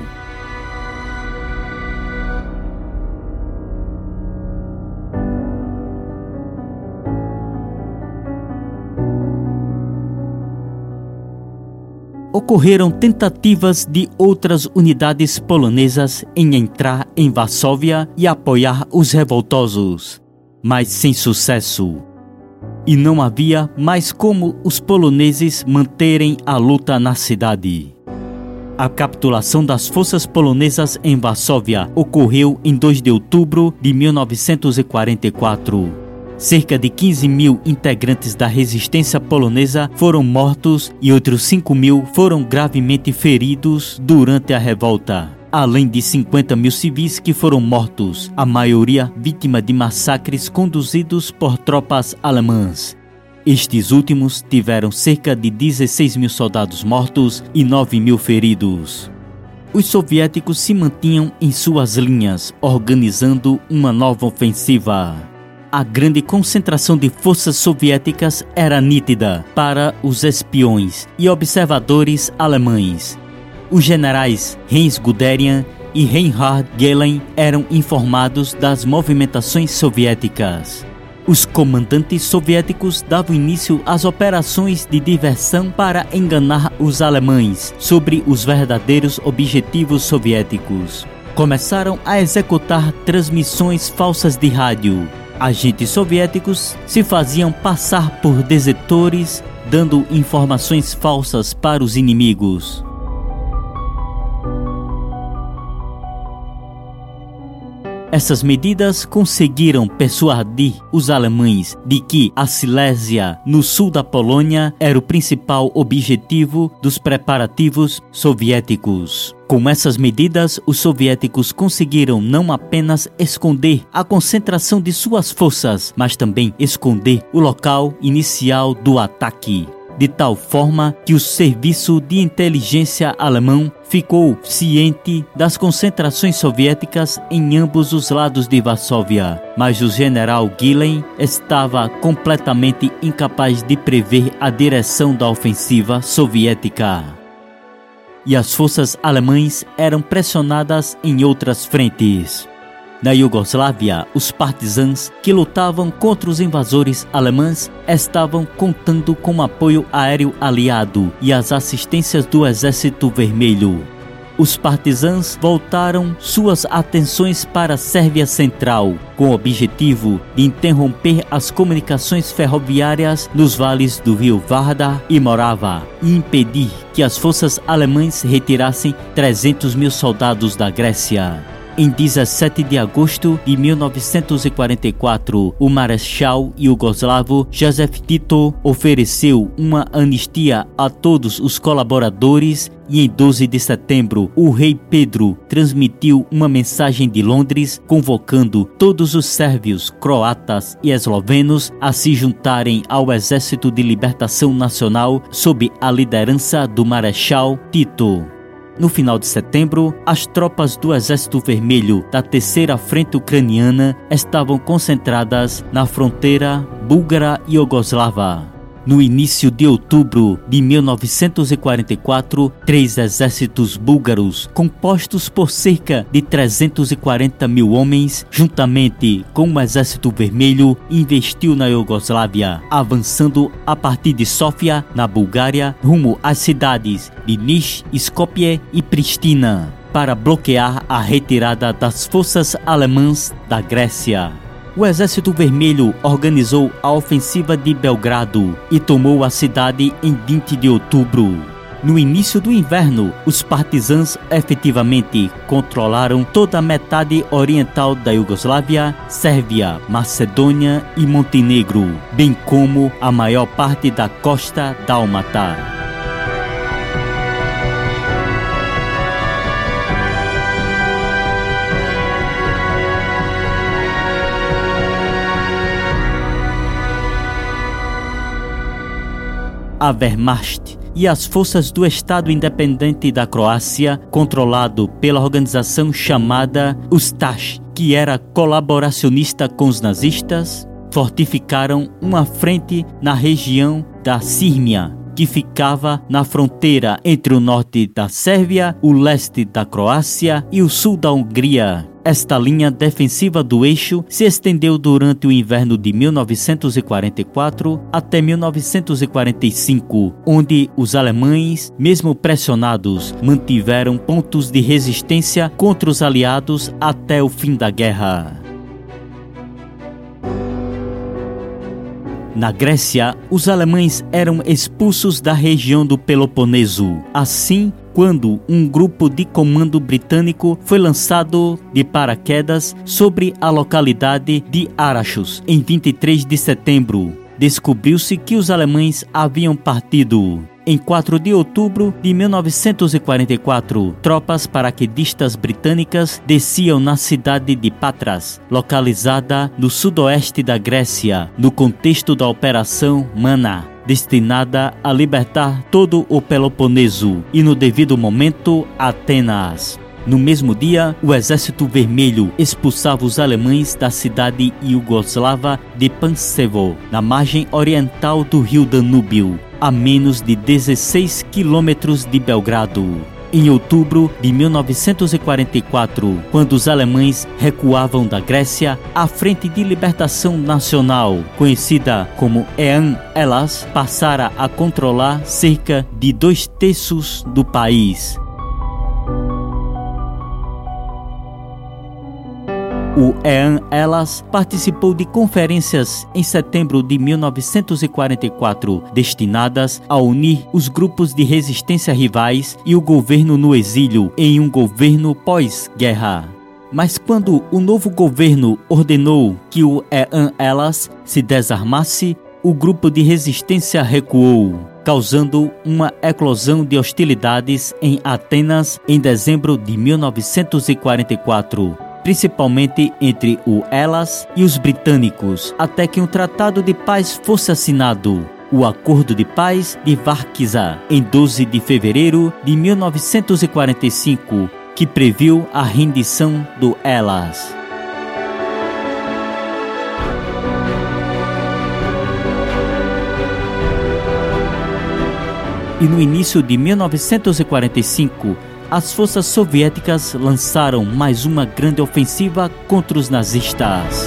Speaker 2: Ocorreram tentativas de outras unidades polonesas em entrar em Varsóvia e apoiar os revoltosos, mas sem sucesso. E não havia mais como os poloneses manterem a luta na cidade. A capitulação das forças polonesas em Varsóvia ocorreu em 2 de outubro de 1944. Cerca de 15 mil integrantes da resistência polonesa foram mortos e outros 5 mil foram gravemente feridos durante a revolta, além de 50 mil civis que foram mortos, a maioria vítima de massacres conduzidos por tropas alemãs. Estes últimos tiveram cerca de 16 mil soldados mortos e 9 mil feridos. Os soviéticos se mantinham em suas linhas, organizando uma nova ofensiva. A grande concentração de forças soviéticas era nítida para os espiões e observadores alemães. Os generais Heinz Guderian e Reinhard Gehlen eram informados das movimentações soviéticas. Os comandantes soviéticos davam início às operações de diversão para enganar os alemães sobre os verdadeiros objetivos soviéticos. Começaram a executar transmissões falsas de rádio. Agentes soviéticos se faziam passar por desertores, dando informações falsas para os inimigos. Essas medidas conseguiram persuadir os alemães de que a Silésia, no sul da Polônia, era o principal objetivo dos preparativos soviéticos. Com essas medidas, os soviéticos conseguiram não apenas esconder a concentração de suas forças, mas também esconder o local inicial do ataque, de tal forma que o serviço de inteligência alemão ficou ciente das concentrações soviéticas em ambos os lados de Varsóvia, mas o general Gehlen estava completamente incapaz de prever a direção da ofensiva soviética. E as forças alemãs eram pressionadas em outras frentes. Na Iugoslávia, os partisãs que lutavam contra os invasores alemães estavam contando com o apoio aéreo aliado e as assistências do Exército Vermelho. Os partisãs voltaram suas atenções para a Sérvia Central, com o objetivo de interromper as comunicações ferroviárias nos vales do rio Vardar e Morava e impedir que as forças alemãs retirassem 300 mil soldados da Grécia. Em 17 de agosto de 1944, o marechal iugoslavo Josef Tito ofereceu uma anistia a todos os colaboradores e em 12 de setembro, o rei Pedro transmitiu uma mensagem de Londres convocando todos os sérvios, croatas e eslovenos a se juntarem ao Exército de Libertação Nacional sob a liderança do marechal Tito. No final de setembro, as tropas do Exército Vermelho da Terceira Frente Ucraniana estavam concentradas na fronteira búlgara-iugoslava. No início de outubro de 1944, 3 exércitos búlgaros, compostos por cerca de 340 mil homens, juntamente com o Exército Vermelho, investiu na Iugoslávia, avançando a partir de Sófia, na Bulgária, rumo às cidades de Niš, Skopje e Pristina, para bloquear a retirada das forças alemãs da Grécia. O Exército Vermelho organizou a ofensiva de Belgrado e tomou a cidade em 20 de outubro. No início do inverno, os partisãos efetivamente controlaram toda a metade oriental da Iugoslávia, Sérvia, Macedônia e Montenegro, bem como a maior parte da costa dálmata. A Wehrmacht e as forças do Estado Independente da Croácia, controlado pela organização chamada Ustaš, que era colaboracionista com os nazistas, fortificaram uma frente na região da Sírmia, que ficava na fronteira entre o norte da Sérvia, o leste da Croácia e o sul da Hungria. Esta linha defensiva do eixo se estendeu durante o inverno de 1944 até 1945, onde os alemães, mesmo pressionados, mantiveram pontos de resistência contra os aliados até o fim da guerra. Na Grécia, os alemães eram expulsos da região do Peloponeso. Assim, quando um grupo de comando britânico foi lançado de paraquedas sobre a localidade de Arachos, em 23 de setembro, descobriu-se que os alemães haviam partido. Em 4 de outubro de 1944, tropas paraquedistas britânicas desciam na cidade de Patras, localizada no sudoeste da Grécia, no contexto da Operação Mana, destinada a libertar todo o Peloponeso e, no devido momento, Atenas. No mesmo dia, o Exército Vermelho expulsava os alemães da cidade iugoslava de Pančevo, na margem oriental do rio Danúbio, a menos de 16 quilômetros de Belgrado. Em outubro de 1944, quando os alemães recuavam da Grécia, a Frente de Libertação Nacional, conhecida como EAN Hellas, passara a controlar cerca de 2/3 do país. O EAN Hellas participou de conferências em setembro de 1944, destinadas a unir os grupos de resistência rivais e o governo no exílio em um governo pós-guerra. Mas quando o novo governo ordenou que o EAN Hellas se desarmasse, o grupo de resistência recuou, causando uma eclosão de hostilidades em Atenas em dezembro de 1944. Principalmente entre o Hellas e os britânicos, até que um tratado de paz fosse assinado, o Acordo de Paz de Varkiza, em 12 de fevereiro de 1945, que previu a rendição do Hellas. E no início de 1945, as forças soviéticas lançaram mais uma grande ofensiva contra os nazistas.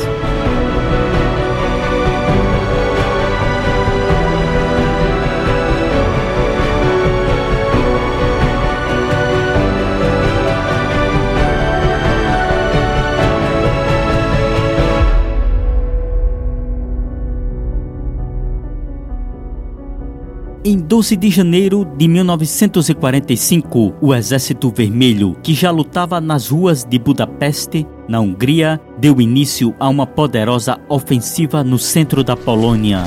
Speaker 2: Em 12 de janeiro de 1945, o Exército Vermelho, que já lutava nas ruas de Budapeste, na Hungria, deu início a uma poderosa ofensiva no centro da Polônia.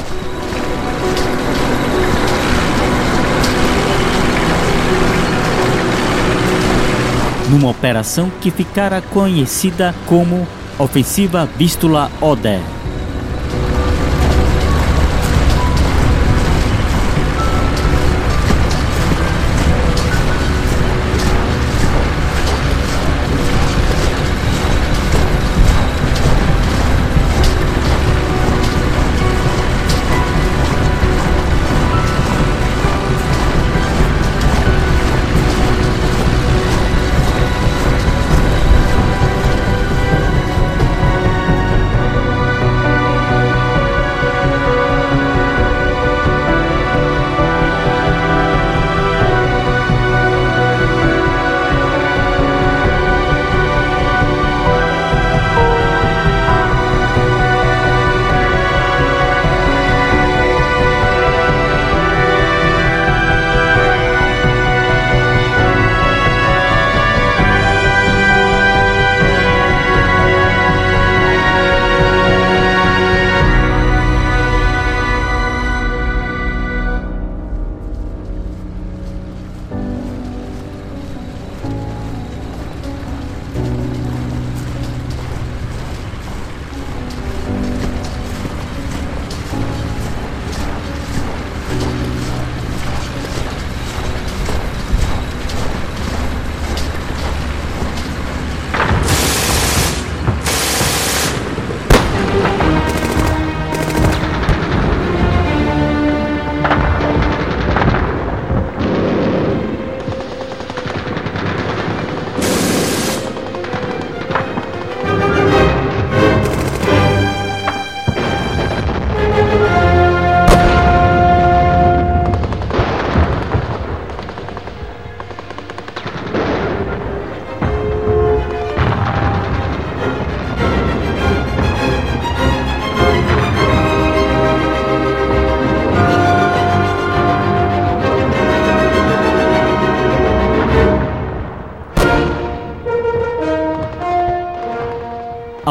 Speaker 2: Numa operação que ficara conhecida como Ofensiva Vistula Oder.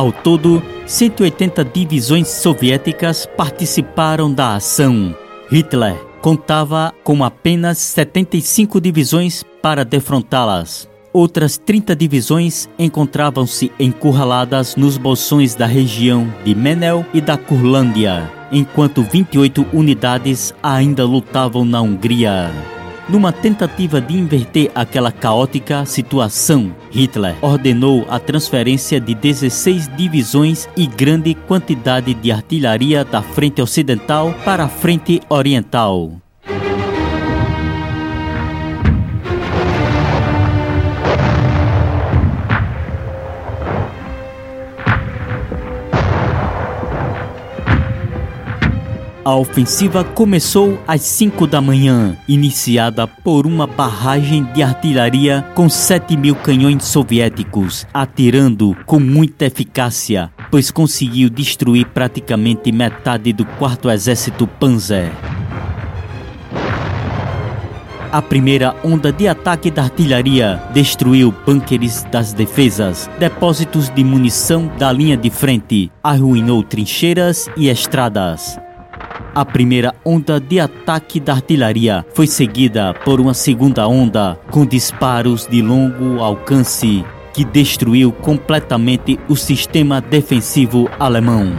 Speaker 2: Ao todo, 180 divisões soviéticas participaram da ação. Hitler contava com apenas 75 divisões para defrontá-las. Outras 30 divisões encontravam-se encurraladas nos bolsões da região de Memel e da Curlândia, enquanto 28 unidades ainda lutavam na Hungria. Numa tentativa de inverter aquela caótica situação, Hitler ordenou a transferência de 16 divisões e grande quantidade de artilharia da frente ocidental para a frente oriental. A ofensiva começou às 5 da manhã, iniciada por uma barragem de artilharia com 7.000 canhões soviéticos, atirando com muita eficácia, pois conseguiu destruir praticamente metade do 4º Exército Panzer. A primeira onda de ataque da artilharia destruiu bunkeres das defesas, depósitos de munição da linha de frente, arruinou trincheiras e estradas. A primeira onda de ataque da artilharia foi seguida por uma segunda onda com disparos de longo alcance que destruiu completamente o sistema defensivo alemão.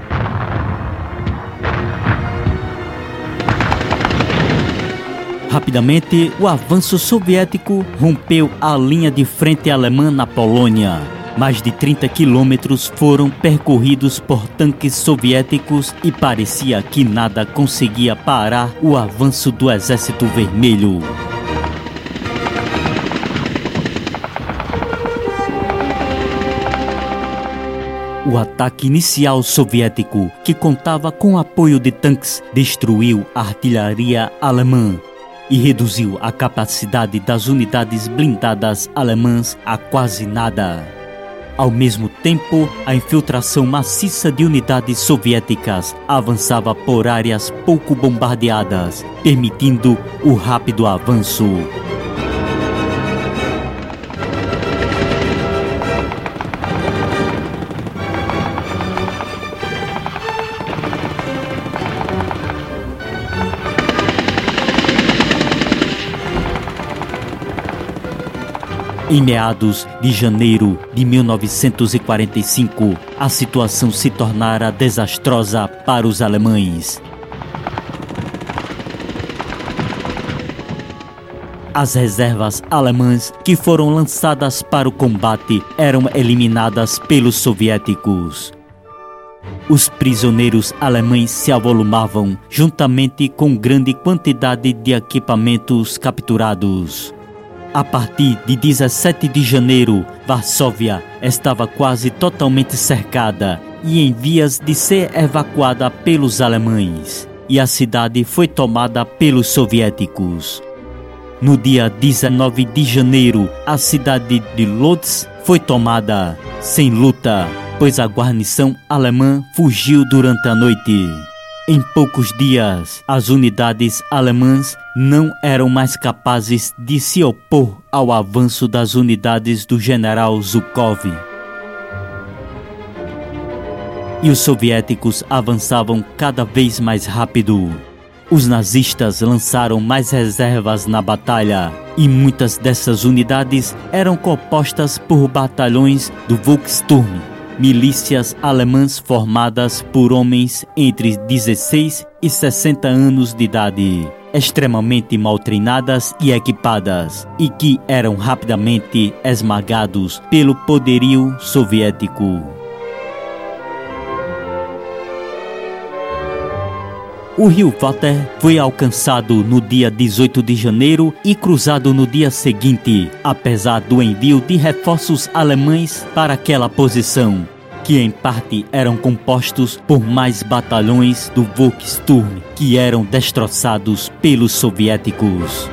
Speaker 2: Rapidamente, o avanço soviético rompeu a linha de frente alemã na Polônia. Mais de 30 quilômetros foram percorridos por tanques soviéticos e parecia que nada conseguia parar o avanço do Exército Vermelho. O ataque inicial soviético, que contava com o apoio de tanques, destruiu a artilharia alemã e reduziu a capacidade das unidades blindadas alemãs a quase nada. Ao mesmo tempo, a infiltração maciça de unidades soviéticas avançava por áreas pouco bombardeadas, permitindo o rápido avanço. Em meados de janeiro de 1945, a situação se tornara desastrosa para os alemães. As reservas alemãs que foram lançadas para o combate eram eliminadas pelos soviéticos. Os prisioneiros alemães se avolumavam, juntamente com grande quantidade de equipamentos capturados. A partir de 17 de janeiro, Varsóvia estava quase totalmente cercada e em vias de ser evacuada pelos alemães, e a cidade foi tomada pelos soviéticos. No dia 19 de janeiro, a cidade de Lodz foi tomada, sem luta, pois a guarnição alemã fugiu durante a noite. Em poucos dias, as unidades alemãs não eram mais capazes de se opor ao avanço das unidades do general Zhukov. E os soviéticos avançavam cada vez mais rápido. Os nazistas lançaram mais reservas na batalha, e muitas dessas unidades eram compostas por batalhões do Volkssturm, milícias alemãs formadas por homens entre 16 e 60 anos de idade, extremamente mal treinadas e equipadas, e que eram rapidamente esmagados pelo poderio soviético. O rio Vater foi alcançado no dia 18 de janeiro e cruzado no dia seguinte, apesar do envio de reforços alemães para aquela posição, que em parte eram compostos por mais batalhões do Volkssturm, que eram destroçados pelos soviéticos.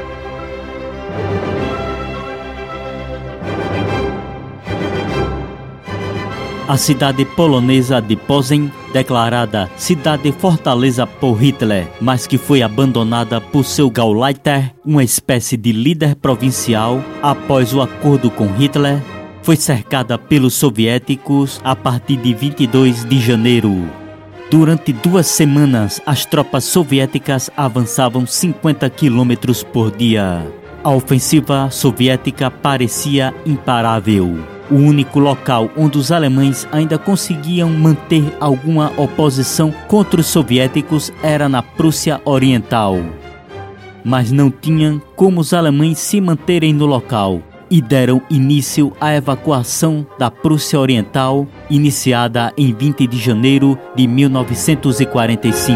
Speaker 2: A cidade polonesa de Poznań, declarada cidade-fortaleza por Hitler, mas que foi abandonada por seu Gauleiter, uma espécie de líder provincial, após o acordo com Hitler, foi cercada pelos soviéticos a partir de 22 de janeiro. Durante 2 semanas, as tropas soviéticas avançavam 50 quilômetros por dia. A ofensiva soviética parecia imparável. O único local onde os alemães ainda conseguiam manter alguma oposição contra os soviéticos era na Prússia Oriental. Mas não tinham como os alemães se manterem no local e deram início à evacuação da Prússia Oriental, iniciada em 20 de janeiro de 1945.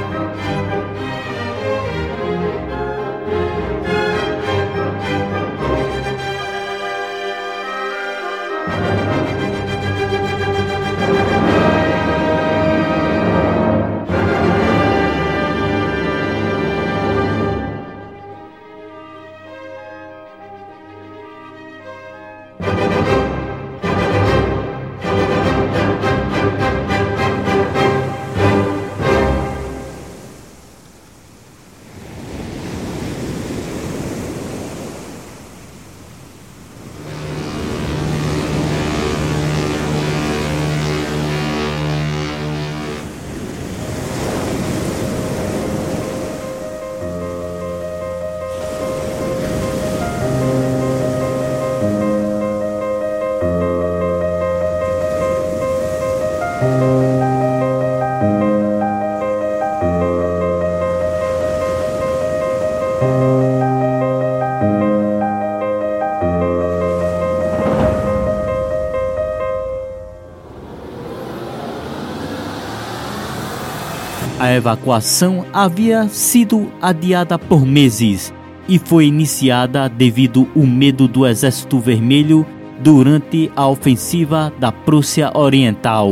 Speaker 2: A evacuação havia sido adiada por meses e foi iniciada devido ao medo do Exército Vermelho durante a ofensiva da Prússia Oriental.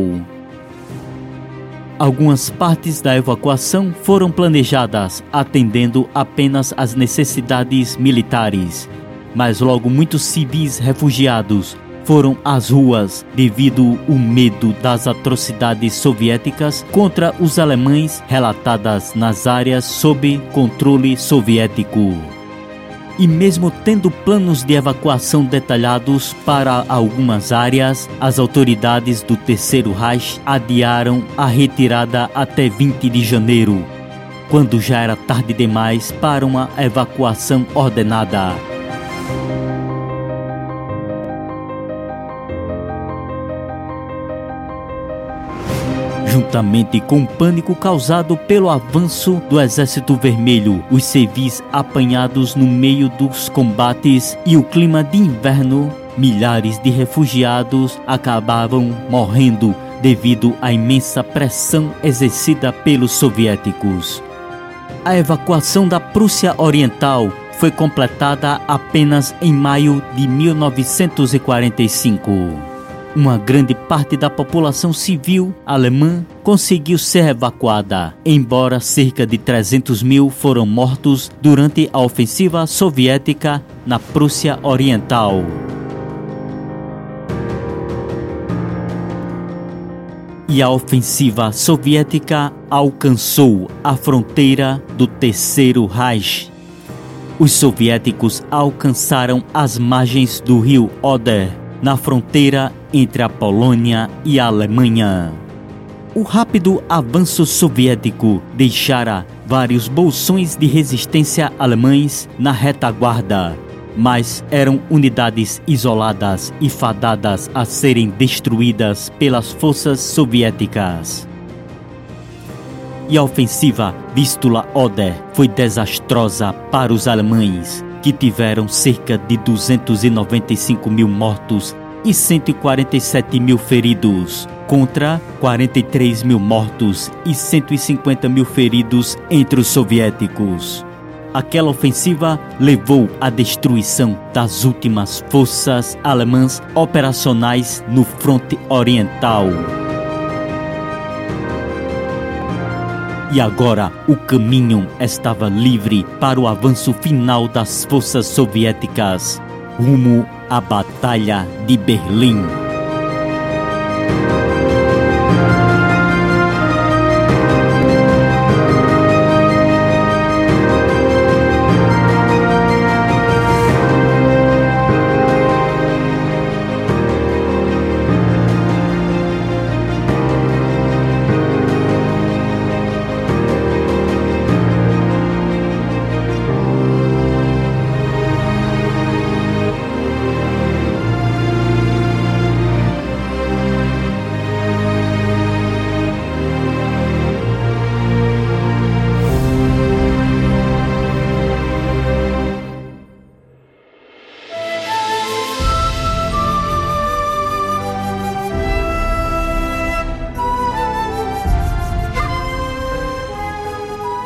Speaker 2: Algumas partes da evacuação foram planejadas atendendo apenas às necessidades militares, mas logo muitos civis refugiados foram às ruas devido ao medo das atrocidades soviéticas contra os alemães relatadas nas áreas sob controle soviético. E mesmo tendo planos de evacuação detalhados para algumas áreas, as autoridades do Terceiro Reich adiaram a retirada até 20 de janeiro, quando já era tarde demais para uma evacuação ordenada. Juntamente com o pânico causado pelo avanço do Exército Vermelho, os civis apanhados no meio dos combates e o clima de inverno, milhares de refugiados acabavam morrendo devido à imensa pressão exercida pelos soviéticos. A evacuação da Prússia Oriental foi completada apenas em maio de 1945. Uma grande parte da população civil alemã conseguiu ser evacuada, embora cerca de 300 mil foram mortos durante a ofensiva soviética na Prússia Oriental. E a ofensiva soviética alcançou a fronteira do Terceiro Reich. Os soviéticos alcançaram as margens do rio Oder, na fronteira entre a Polônia e a Alemanha. O rápido avanço soviético deixara vários bolsões de resistência alemães na retaguarda, mas eram unidades isoladas e fadadas a serem destruídas pelas forças soviéticas. E a ofensiva Vistula-Oder foi desastrosa para os alemães, que tiveram cerca de 295 mil mortos e 147 mil feridos, contra 43 mil mortos e 150 mil feridos entre os soviéticos. Aquela ofensiva levou à destruição das últimas forças alemãs operacionais no fronte oriental. E agora o caminho estava livre para o avanço final das forças soviéticas, rumo à Batalha de Berlim.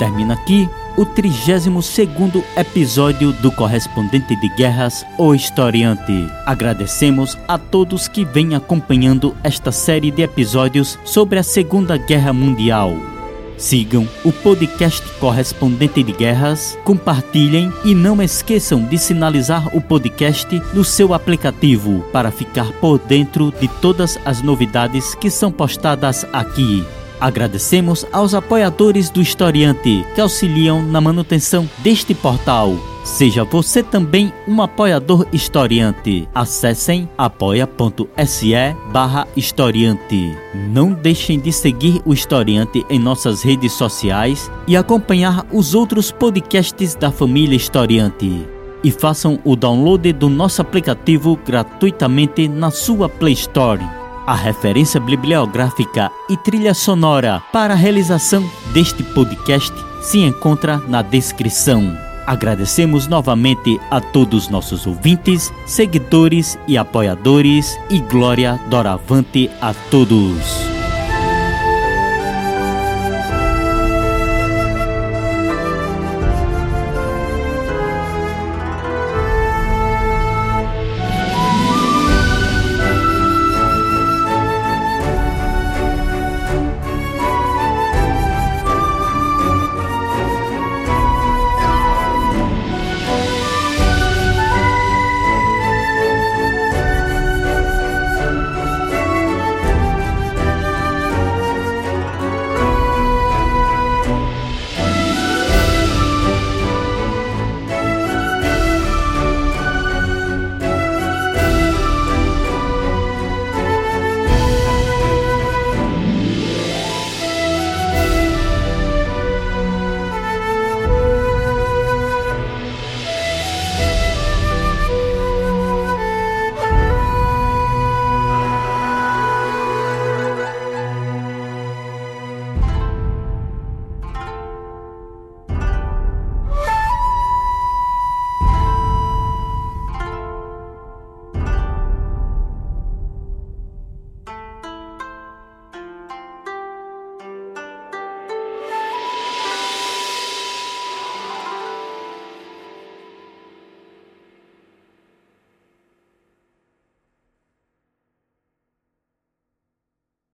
Speaker 2: Termina aqui o 32º episódio do Correspondente de Guerras, o Historiante. Agradecemos a todos que vêm acompanhando esta série de episódios sobre a Segunda Guerra Mundial. Sigam o podcast Correspondente de Guerras, compartilhem e não esqueçam de sinalizar o podcast no seu aplicativo para ficar por dentro de todas as novidades que são postadas aqui. Agradecemos aos apoiadores do Historiante que auxiliam na manutenção deste portal. Seja você também um apoiador historiante. Acessem apoia.se/historiante. Não deixem de seguir o Historiante em nossas redes sociais e acompanhar os outros podcasts da família Historiante. E façam o download do nosso aplicativo gratuitamente na sua Play Store. A referência bibliográfica e trilha sonora para a realização deste podcast se encontra na descrição. Agradecemos novamente a todos nossos ouvintes, seguidores e apoiadores, e glória doravante a todos.